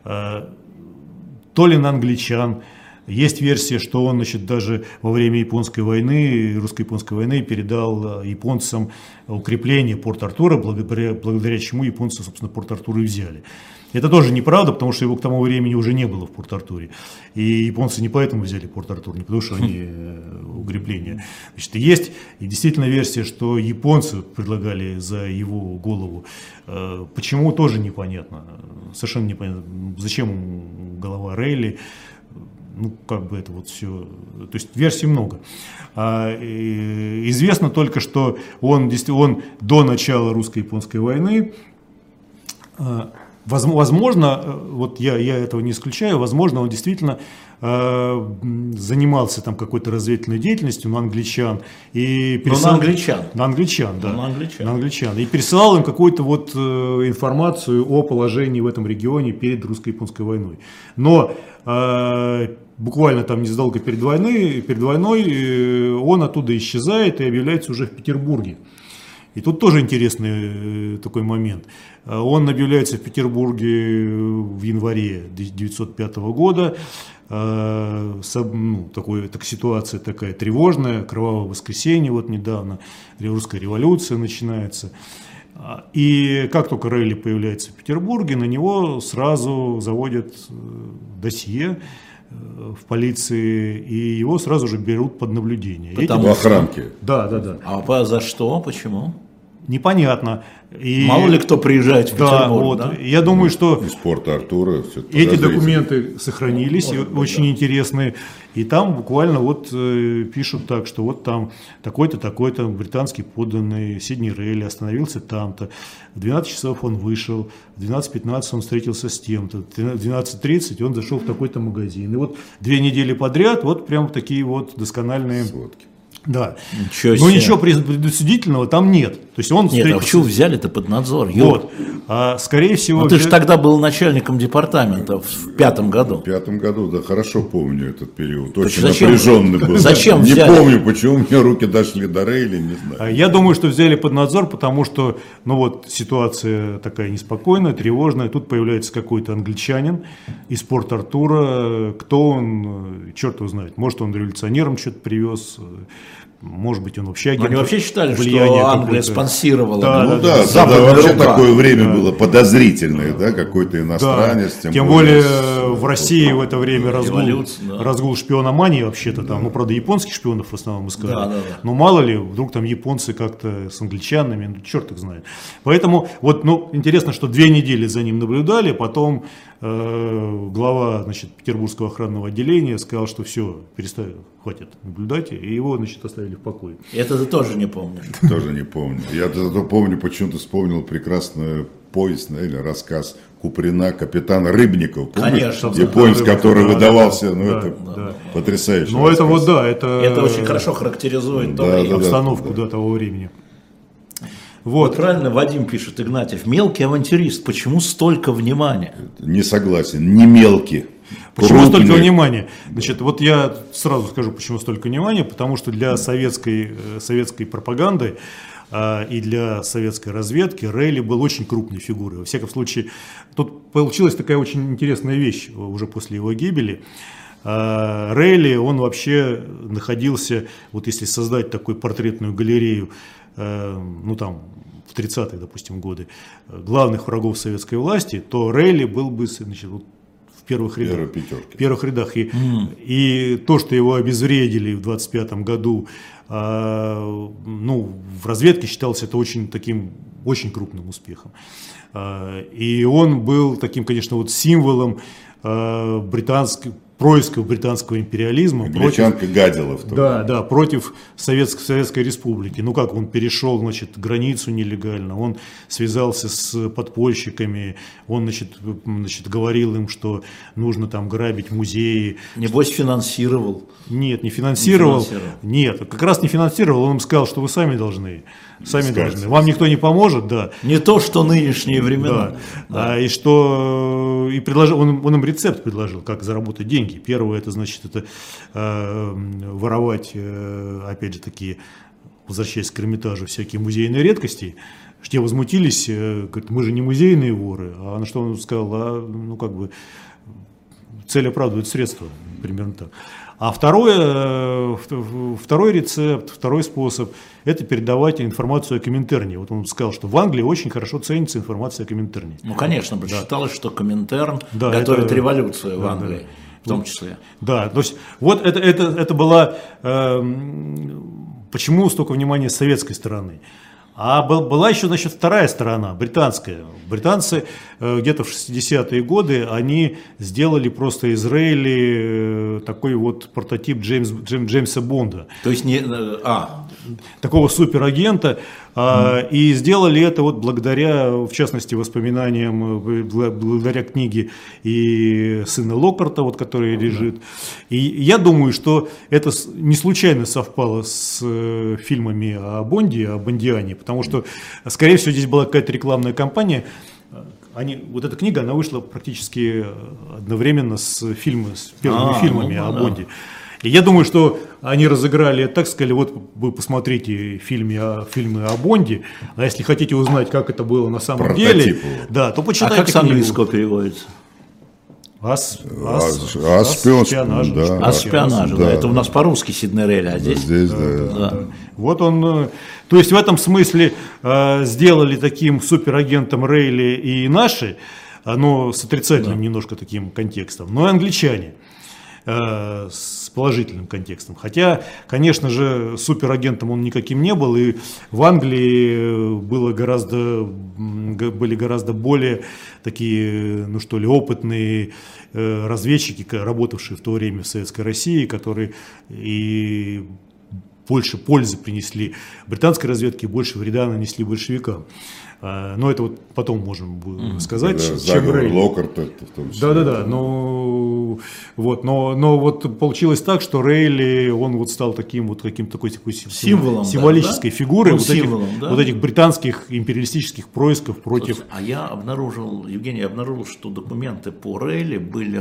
то ли на англичан. Есть версия, что он, значит, даже во время японской войны, русско-японской войны передал японцам укрепление Порт-Артура, благодаря, благодаря чему японцы, собственно, Порт-Артур и взяли. Это тоже неправда, потому что его к тому времени уже не было в Порт-Артуре. И японцы не поэтому взяли Порт-Артур, не потому что они укрепления. Значит, есть и действительно версия, что японцы предлагали за его голову. Почему, тоже непонятно. Совершенно непонятно. Зачем голова Рейли? Ну, как бы это вот все, то есть версий много. А, и, известно только, что он, он до начала русско-японской войны, а, возможно, вот я, я этого не исключаю, возможно, он действительно а, занимался там какой-то разведывательной деятельностью на англичан. И пересылал,
на англичан.
На англичан, да.
На англичан.
На англичан. И пересылал им какую-то вот информацию о положении в этом регионе перед русско-японской войной. Но а, буквально там незадолго перед войной, перед войной он оттуда исчезает и объявляется уже в Петербурге. И тут тоже интересный такой момент. Он объявляется в Петербурге в январе тысяча девятьсот пятого года. Ну, такой, так, ситуация такая тревожная, кровавое воскресенье вот недавно, русская революция начинается. И как только Рейли появляется в Петербурге, на него сразу заводят досье в полиции, и его сразу же берут под наблюдение.
Потому в охранке.
Да, да, да.
А за что? Почему?
Непонятно. И...
Мало ли кто приезжает в Петербург.
Да, вот. Да? Я думаю, что
из Порт-Артура
эти документы сохранились, может быть, очень да. интересные. И там буквально вот э, пишут так, что вот там такой-то, такой-то британский подданный Сидни Рейли остановился там-то. В двенадцать часов он вышел, в двенадцать пятнадцать он встретился с тем-то, в двенадцать тридцать он зашел в такой-то магазин. И вот две недели подряд вот прям такие вот доскональные сводки. Да, ничего но ничего предусудительного там нет. То есть он
нет, встретился... а почему взяли-то под надзор?
Вот. А, скорее всего...
Ну, ты же тогда был начальником департамента в пятом году.
В пятом году, да, хорошо помню этот период. Очень зачем? Напряженный был.
Зачем
не
взяли?
помню, почему у меня руки дошли до Рейли, не знаю.
Я думаю, что взяли под надзор, потому что, ну вот, ситуация такая неспокойная, тревожная. Тут появляется какой-то англичанин из Порт-Артура. Кто он, черт его знает. Может, он революционером что-то привез. Может быть, он вообще агент.
Они вообще считали, что Англия спонсировала.
Да, ну да, да, да вообще рука. Такое время да. было подозрительное, да, какой-то иностранец.
Да. Тем, тем более, более в России в это время разгул, да. разгул шпиономании вообще-то там, да. ну, правда, японских шпионов в основном искали. Да, да, да. Но мало ли, вдруг там японцы как-то с англичанами, ну, черт их знает. Поэтому, вот, ну, интересно, что две недели за ним наблюдали, потом э, глава, значит, Петербургского охранного отделения сказал, что все, перестали, хватит наблюдать, и его, значит, оставили в покое.
Это ты тоже не помнишь?
Тоже не помню. Я зато помню, почему-то вспомнил прекрасную повесть, или рассказ Куприна «Капитан Рыбников». Помнишь?
Конечно.
Японец, который да, выдавался, да, ну да, это
да.
потрясающий
Ну это вот да, это...
Это очень хорошо характеризует
да, да, обстановку да, да, того времени.
Вот. Вот правильно Вадим пишет, Игнатьев, мелкий авантюрист, почему столько внимания?
Не согласен, не мелкий.
Почему крупный. Столько внимания? Значит, вот я сразу скажу, почему столько внимания, потому что для советской, советской пропаганды э, и для советской разведки Рейли был очень крупной фигурой. Во всяком случае, тут получилась такая очень интересная вещь уже после его гибели. Э, Рейли, он вообще находился, вот если создать такую портретную галерею, э, ну там, в тридцатые, допустим, годы, главных врагов советской власти, то Рейли был бы, значит, вот, в первых рядах.
Первой пятерки.
В первых рядах. И, mm. и то, что его обезвредили в двадцать пятом году, э, ну, в разведке считалось это очень таким, очень крупным успехом. Э, и он был таким, конечно, вот символом э, британского, происков британского империализма.
Англичанка против, гадила в том.
Да, да, против Советской, Советской Республики. Ну как, он перешел, значит, границу нелегально, он связался с подпольщиками, он, значит, значит, говорил им, что нужно там грабить музеи.
Небось финансировал.
Нет, не финансировал.
Не финансировал.
Нет, как раз не финансировал, он им сказал, что вы сами должны. Сами Искать. должны. Вам никто не поможет, да.
Не то, что нынешние времена.
Да. Да. А, и что и предложил, он, он им рецепт предложил, как заработать деньги. Первое, это значит, это э, воровать, э, опять же таки, возвращаясь к Эрмитажу, всякие музейные редкости. Те возмутились, э, говорят, мы же не музейные воры. А на что он сказал, а, ну как бы цель оправдывает средства, примерно так. А второе, второй рецепт, второй способ – это передавать информацию о Коминтерне. Вот он сказал, что в Англии очень хорошо ценится информация о Коминтерне.
Ну, конечно, да. Считалось, что Коминтерн да, готовит это, революцию да, в Англии, да, в том числе.
Да, то есть вот это, это, это была… Э, почему столько внимания с советской стороны? А была еще, значит, вторая сторона, британская. Британцы э, где-то в шестидесятые годы, они сделали просто из Рейли э, такой вот прототип Джеймс, Джейм, Джеймса Бонда.
То есть не… А.
Такого суперагента. Э, mm. И сделали это вот благодаря, в частности, воспоминаниям, благодаря книге и сына Локкарта, вот, который mm. лежит. И я думаю, что это не случайно совпало с э, фильмами о Бонде, о Бондиане. Потому что, скорее всего, здесь была какая-то рекламная кампания. Они, вот эта книга, она вышла практически одновременно с, фильмы, с первыми а, фильмами ну, о да. Бонде. И я думаю, что они разыграли это так, сказали, вот вы посмотрите фильмы о, фильмы о Бонде, а если хотите узнать, как это было на самом Прототип деле, да, то почитайте.
А как с английского переводится?
Ас,
ас, ас, ас, шпионаж, да,
ас, шпионаж, да. Да. Это у нас по-русски Сидней Рейли, а здесь?
Здесь, да,
да, да. Да. Вот он, то есть в этом смысле э, сделали таким суперагентом Рейли и наши, но с отрицательным да. немножко таким контекстом, но и англичане э, с положительным контекстом. Хотя, конечно же, суперагентом он никаким не был, и в Англии было гораздо, были гораздо более такие, ну что ли, опытные э, разведчики, работавшие в то время в Советской России, которые и больше пользы принесли британской разведке, больше вреда нанесли большевикам. Но это вот потом можем mm. сказать,
да, чем Рейли. Локкарта,
да, да, да. Но вот, но, но вот получилось так, что Рейли, он вот стал таким вот каким-то такой, такой
символом,
символической да, фигурой вот,
символом,
этих,
да?
вот этих британских империалистических происков против.
Слушайте, а я обнаружил, Евгений, я обнаружил, что документы по Рейли были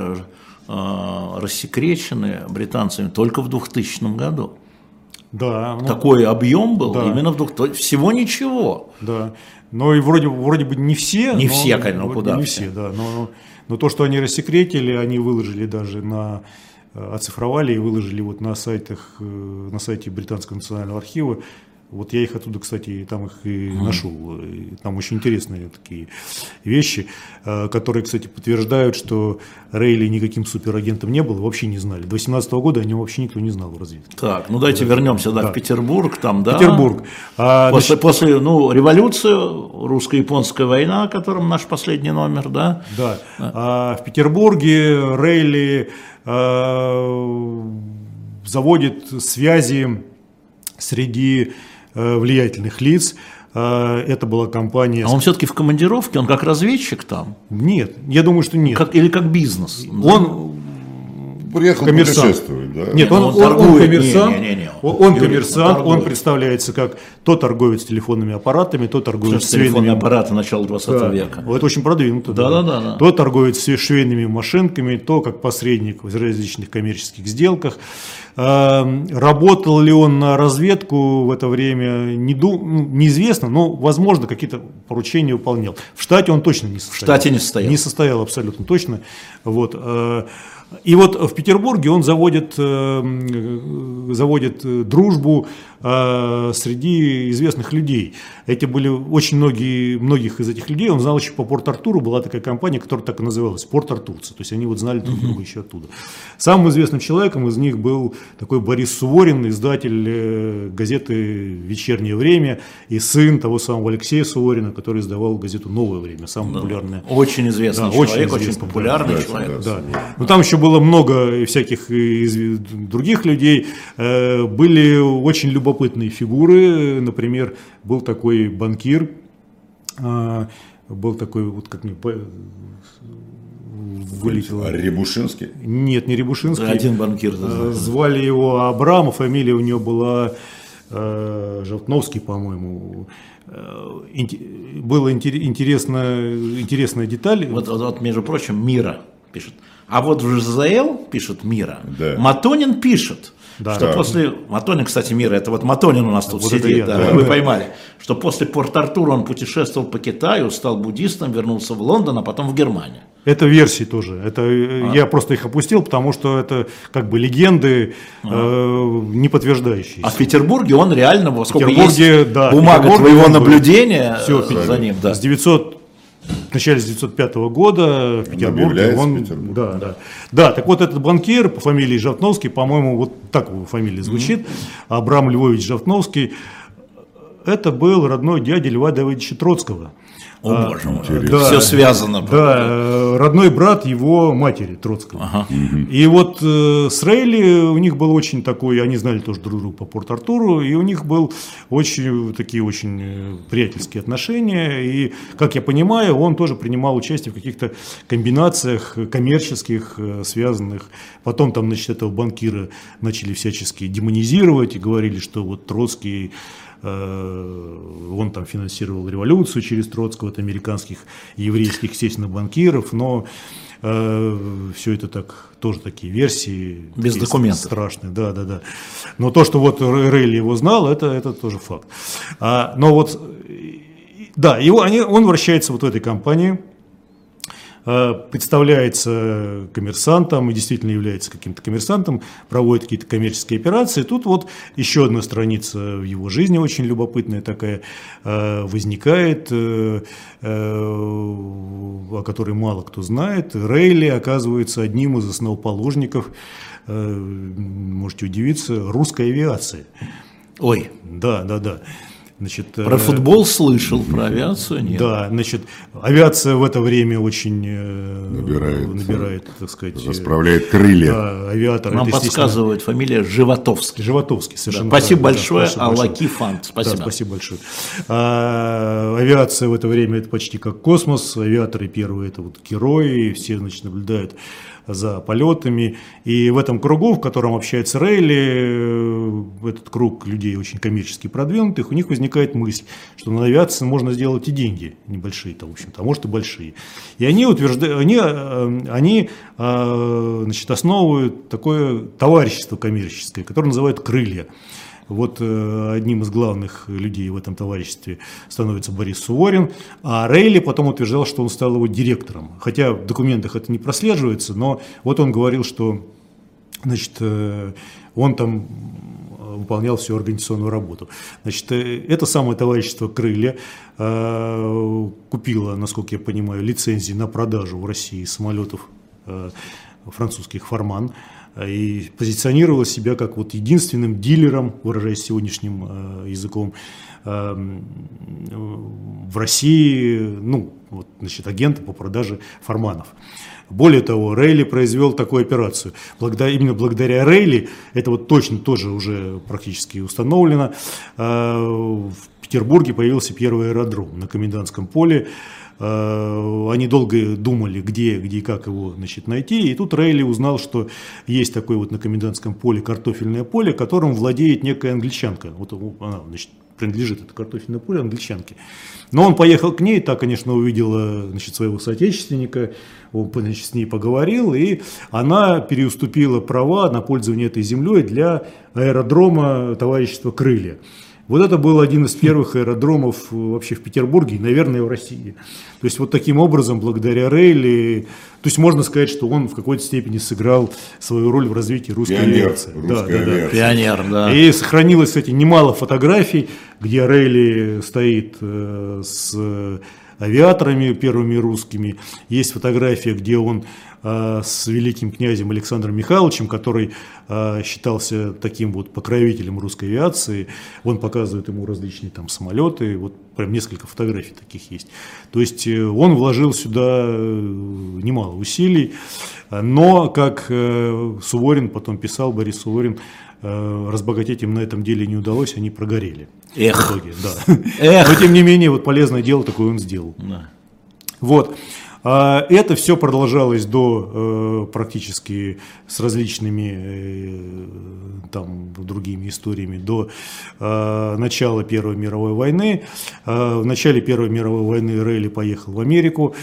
э, рассекречены британцами только в двухтысячном году.
Да, ну,
такой объем был
да.
именно в двух, всего ничего.
Да. Но и вроде, вроде бы не все.
Не
но,
все, конечно, ну куда
не
все.
все, да. Но, но то, что они рассекретили, они выложили даже на, оцифровали и выложили вот на сайтах, на сайте Британского национального архива. Вот я их оттуда, кстати, там их и mm. нашел. И там очень интересные такие вещи, которые, кстати, подтверждают, что Рейли никаким суперагентом не был, вообще не знали. До восемнадцатого года о нем вообще никто не знал в разведке.
Так, ну давайте да. вернемся да, да. в Петербург. Там, да?
Петербург. А,
после,
значит...
после ну, революции, русско-японская война, о котором наш последний номер, да?
Да. А, в Петербурге Рейли а, заводит связи среди влиятельных лиц. Это была компания...
А он все-таки в командировке? Он как разведчик там?
Нет, я думаю, что нет.
Как, или как бизнес?
Он
приехал путешествовать, да?
Нет, он, он, он, он коммерсант, не, не, не. он, коммерсант он, он представляется как то торговец телефонными аппаратами, то торговец швейными...
Телефонные аппараты начала двадцатого
да.
века.
Это очень продвинуто.
Да, да, да, да.
То торговец швейными машинками, то как посредник в различных коммерческих сделках. Работал ли он на разведку в это время, не ду... неизвестно, но, возможно, какие-то поручения выполнял. В штате он точно не состоял.
В штате не состоял.
Не состоял абсолютно точно. Вот. И вот в Петербурге он заводит, заводит дружбу э, среди известных людей. Эти были очень многие, многих из этих людей, он знал еще по Порт-Артуру, была такая компания, которая так и называлась, Порт-Артурцы, то есть они вот знали друг друга еще оттуда. Самым известным человеком из них был такой Борис Суворин, издатель э, газеты «Вечернее время» и сын того самого Алексея Суворина, который издавал газету «Новое время», самая да. популярная.
Очень известный да, человек, очень, очень популярный да, человек.
Да, да. Но там еще было много всяких из других людей, э, были очень любопытные фигуры, например, был такой банкир, э, был такой, вот как мне вылетело.
А Рябушинский?
Нет, не Рябушинский.
Один банкир.
Э, звали его Абрам, фамилия у него была э, Желтновский, по-моему. Была интересная, интересная деталь.
Вот, вот, вот, между прочим, Мира пишет. А вот в ЖЗЛ, пишет Мира, да. Матонин пишет, да. что да. после... Матонин, кстати, Мира, это вот Матонин у нас тут вот сидит, я, да, да, вы да. поймали, что после Порт-Артура он путешествовал по Китаю, стал буддистом, вернулся в Лондон, а потом в Германию.
Это версии тоже. Это, а. Я просто их опустил, потому что это как бы легенды, а. э, не подтверждающиеся.
А в Петербурге он реально, во сколько
Петербурге,
есть
да,
бумага твоего наблюдения
все,
за ним. Да.
С девятисот В начале девятьсот пятого года в Петербурге он, он в да, да. да, так вот этот банкир по фамилии Жовтновский, по-моему, вот так его фамилия звучит, mm-hmm. Абрам Львович Жовтновский, это был родной дядя Льва Давыдовича Троцкого.
О, а, боже мой, да, все связано.
Да, родной брат его матери Троцкого. Ага. И вот э, с Рейли у них был очень такой, они знали тоже друг друга по Порт-Артуру, и у них был очень такие очень приятельские отношения. И, как я понимаю, он тоже принимал участие в каких-то комбинациях коммерческих, связанных. Потом там, значит, этого банкира начали всячески демонизировать и говорили, что вот Троцкий... Он там финансировал революцию через Троцкого, от американских и еврейских, естественно, банкиров, но э, все это так, тоже такие версии.
Без такие документов.
Страшные, да, да, да. Но то, что вот Рейли его знал, это, это тоже факт. А, но вот, да, его, они, он вращается вот в этой компании, представляется коммерсантом и действительно является каким-то коммерсантом, проводит какие-то коммерческие операции. Тут вот еще одна страница в его жизни очень любопытная такая возникает, о которой мало кто знает. Рейли оказывается одним из основоположников, можете удивиться, русской авиации.
Ой,
да, да, да. Значит,
про футбол слышал, про авиацию нет.
Да, значит, авиация в это время очень набирает, набирает так сказать,
расправляет крылья.
Да, авиаторы.
Нам подсказывает фамилия Животовский.
Животовский, совершенно.
Да, спасибо
правильно,
большое,
да,
Аллаки Фанд. Спасибо.
Да, спасибо большое. А, авиация в это время это почти как космос. Авиаторы первые это вот герои, все, значит, наблюдают за полетами. И в этом кругу, в котором общается Рейли, этот круг людей очень коммерчески продвинутых, у них возникает мысль, что на авиации можно сделать и деньги небольшие, там, в общем-то, а может и большие. И они утверждают, они, они значит, основывают такое товарищество коммерческое, которое называют «Крылья». Вот э, одним из главных людей в этом товариществе становится Борис Суворин, а Рейли потом утверждал, что он стал его директором. Хотя в документах это не прослеживается, но вот он говорил, что значит, э, он там выполнял всю организационную работу. Значит, э, это самое товарищество «Крылья» э, купило, насколько я понимаю, лицензии на продажу в России самолетов э, французских «Фарман», и позиционировала себя как вот единственным дилером, выражаясь сегодняшним э, языком, э, в России, ну, вот, значит, агента по продаже фарманов. Более того, Рейли произвел такую операцию. Благодаря, именно благодаря Рейли, это вот точно тоже уже практически установлено, э, в Петербурге появился первый аэродром на Комендантском поле. Они долго думали, где, где и как его, значит, найти. И тут Рейли узнал, что есть такое вот на Комендантском поле картофельное поле, которым владеет некая англичанка. Вот она, значит, принадлежит это картофельное поле англичанке. Но он поехал к ней, так, конечно, увидела, значит, своего соотечественника, он, значит, с ней поговорил, и она переуступила права на пользование этой землей для аэродрома товарищества «Крылья». Вот это был один из первых аэродромов вообще в Петербурге и, наверное, в России. То есть вот таким образом, благодаря Рейли, то есть можно сказать, что он в какой-то степени сыграл свою роль в развитии русской
Пионер,
авиации. Да, да,
авиация.
да.
Пионер, да.
И сохранилось, кстати, немало фотографий, где Рейли стоит э, с авиаторами первыми русскими. Есть фотография, где он э, с великим князем Александром Михайловичем, который э, считался таким вот покровителем русской авиации. Он показывает ему различные там самолеты. Вот прям несколько фотографий таких есть. То есть э, он вложил сюда немало усилий. Но, как э, Суворин потом писал, Борис Суворин, э, разбогатеть им на этом деле не удалось, они прогорели.
Эх.
В итоге, да. Эх. Но тем не менее, вот полезное дело такое он сделал.
Да.
Вот. А это все продолжалось до э, практически с различными э, там другими историями до э, начала Первой мировой войны. Э, в начале Первой мировой войны Рейли поехал в Америку.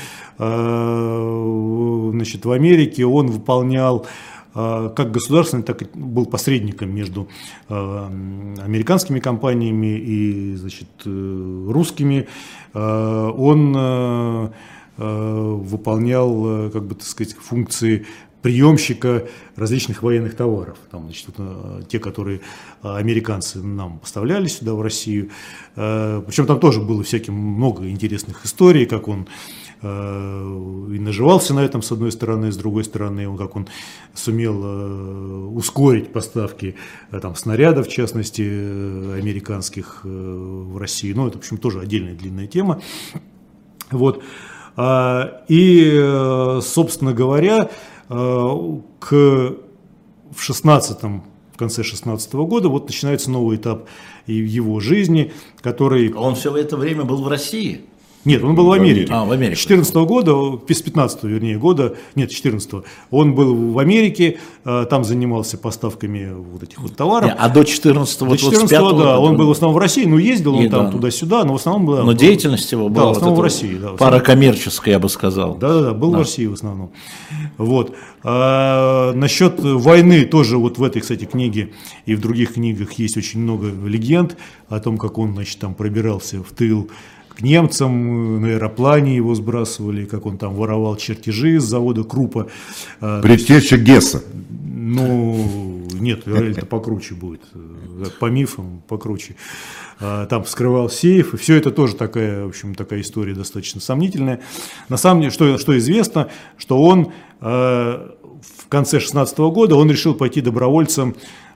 Э, значит, в Америке он выполнял как государственный, так и был посредником между э, американскими компаниями и, значит, русскими. Э, он э, выполнял, как бы так сказать, функции приемщика различных военных товаров. Там, значит, вот, те, которые американцы нам поставляли сюда, в Россию. Причем там тоже было всяким много интересных историй, как он и наживался на этом, с одной стороны, с другой стороны, как он сумел ускорить поставки там, снарядов, в частности, американских в Россию. Ну, это, в общем, тоже отдельная длинная тема. Вот. И, собственно говоря, к, в шестнадцатом, в конце шестнадцатого года вот начинается новый этап в его жизни, который...
Он все это время был в России?
Нет, он был в Америке.
А, в Америке.
С четырнадцатого года, с пятнадцатого, вернее, года, нет, четырнадцатого, он был в Америке, там занимался поставками вот этих вот товаров.
Не, а до четырнадцатого,
до четырнадцатого, да, года, он был в основном в России, ну, ездил он там
да.
туда-сюда, но в основном... Да,
но деятельность его была
да, в основном
вот
в России. Да,
паракоммерческая, я бы сказал.
Да-да-да, был
да.
в России в основном. Вот. А, насчет войны тоже вот в этой, кстати, книге и в других книгах есть очень много легенд о том, как он, значит, там пробирался в тыл к немцам, на аэроплане его сбрасывали, как он там воровал чертежи с завода Крупа.
Предтеча Гесса.
Ну, нет, Рель-то покруче будет, по мифам покруче. Там вскрывал сейф, и все это тоже такая, в общем, такая история достаточно сомнительная. На самом деле, что, что известно, что он в конце шестнадцатого года он решил пойти добровольцем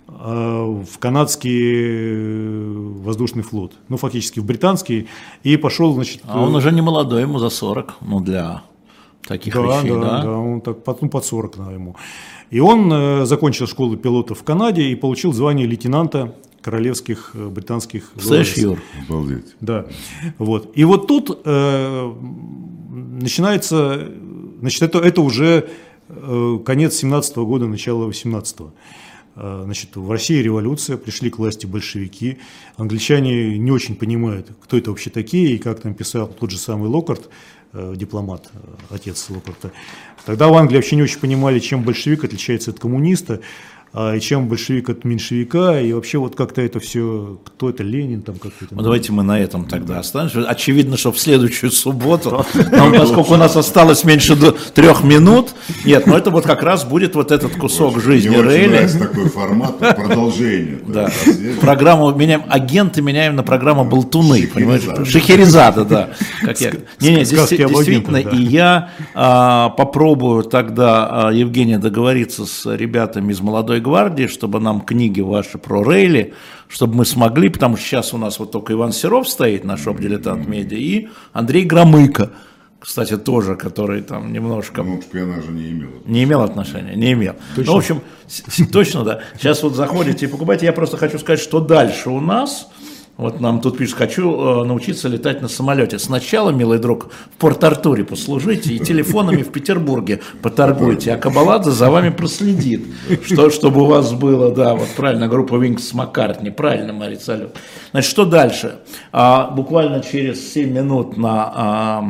в канадский воздушный флот, ну фактически в британский, и пошел, значит...
А он уже не молодой, ему за сорок, ну для таких
да,
вещей,
да? Да, да, он так, ну, под сорок, да, ему. И он э, закончил школу пилотов в Канаде и получил звание лейтенанта королевских э, британских...
Обалдеть.
Да, вот. И вот тут э, начинается, значит, это, это уже э, конец семнадцатого года, начало восемнадцатого. Значит, в России революция, пришли к власти большевики, англичане не очень понимают, кто это вообще такие, и как там писал тот же самый Локкарт, дипломат, отец Локкарта. Тогда в Англии вообще не очень понимали, чем большевик отличается от коммуниста, и чем большевик от меньшевика, и вообще вот как-то это все, кто это, Ленин там как-то.
Ну, давайте мы на этом тогда останемся. Очевидно, что в следующую субботу, поскольку у нас осталось меньше трех минут, нет, но это вот как раз будет вот этот кусок жизни Рейли.
Такой формат, продолжение.
Да. Программу меняем, агенты меняем на программу Болтуны, понимаешь? Шахерезада, да. Не, не, действительно, и я попробую тогда, Евгений, договориться с ребятами из молодой гвардии, чтобы нам книги ваши про Рейли, чтобы мы смогли, потому что сейчас у нас вот только Иван Серов стоит, наш шоп-дилетант медиа, и Андрей Громыко, кстати, тоже, который там немножко...
Ну, к шпионажу не имел.
Не имел отношения, не имел. Точно? Ну, в общем, точно, да. Сейчас вот заходите и покупаете, я просто хочу сказать, что дальше у нас... Вот нам тут пишут, хочу э, научиться летать на самолете. Сначала, милый друг, в Порт-Артуре послужите и телефонами в Петербурге поторгуйте, а Кабаладзе за вами проследит, что, чтобы у вас было, да, вот правильно, группа Wings Маккартни, правильно, Мария, салют. Значит, что дальше? А, буквально через семь минут на а,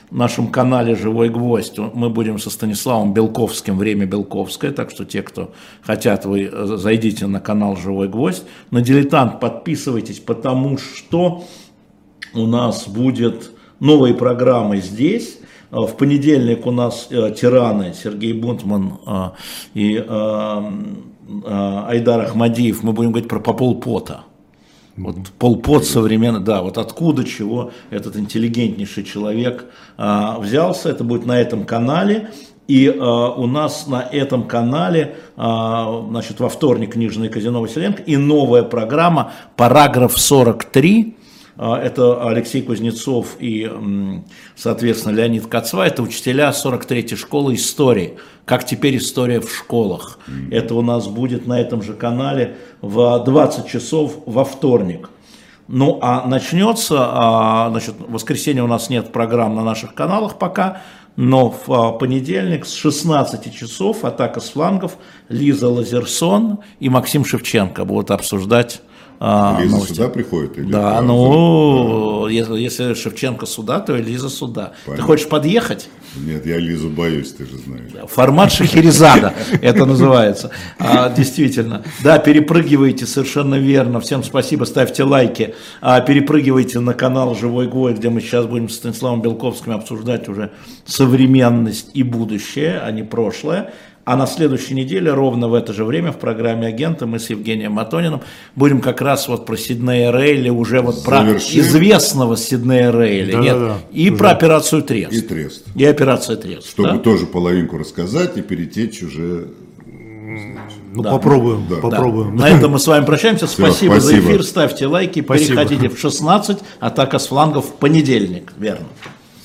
нашем канале «Живой гвоздь» мы будем со Станиславом Белковским, «Время Белковское», так что те, кто хотят, вы зайдите на канал «Живой гвоздь». На «Дилетант» подписывайтесь, потому что у нас будет новые программы здесь. В понедельник у нас э, тираны Сергей Бунтман э, и э, э, Айдар Ахмадиев. Мы будем говорить про Пол Пота. Вот Пол Пот современный, да, вот откуда, чего этот интеллигентнейший человек э, взялся. Это будет на этом канале. И э, у нас на этом канале, э, значит, во вторник «Книжное казино Василенко» и новая программа «Параграф сорок три». Это Алексей Кузнецов и, соответственно, Леонид Кацва. Это учителя сорок третьей школы истории. Как теперь история в школах. Mm-hmm. Это у нас будет на этом же канале в двадцать часов во вторник. Ну, а начнется, значит, в воскресенье у нас нет программ на наших каналах пока, но в понедельник с шестнадцати часов «Атака с флангов» Лиза Лазерсон и Максим Шевченко будут обсуждать. А,
Лиза
новости.
сюда приходит? Или
да, ну, да. Если, если Шевченко сюда, то и Лиза сюда. Понятно. Ты хочешь подъехать?
Нет, я Лизу боюсь, ты же знаешь.
Формат Шахерезада это называется. А, действительно. Да, перепрыгивайте, совершенно верно. Всем спасибо, ставьте лайки. А, перепрыгивайте на канал «Живой гвоздь», где мы сейчас будем с Станиславом Белковским обсуждать уже современность и будущее, а не прошлое. А на следующей неделе, ровно в это же время, в программе «Агенты» мы с Евгением Матониным будем как раз вот про Сиднея Рейли, уже вот Завершим. Про известного Сиднея Рейли, да, нет, да, да. и уже. Про операцию Трест.
И Трест.
И операция Трест.
Чтобы
да?
тоже половинку рассказать и перетечь уже...
Ну, да. попробуем, да. попробуем.
Да. На этом мы с вами прощаемся.
Все,
спасибо, спасибо за эфир, ставьте лайки,
спасибо.
Переходите в шестнадцать, «Атака с флангов» в понедельник, верно.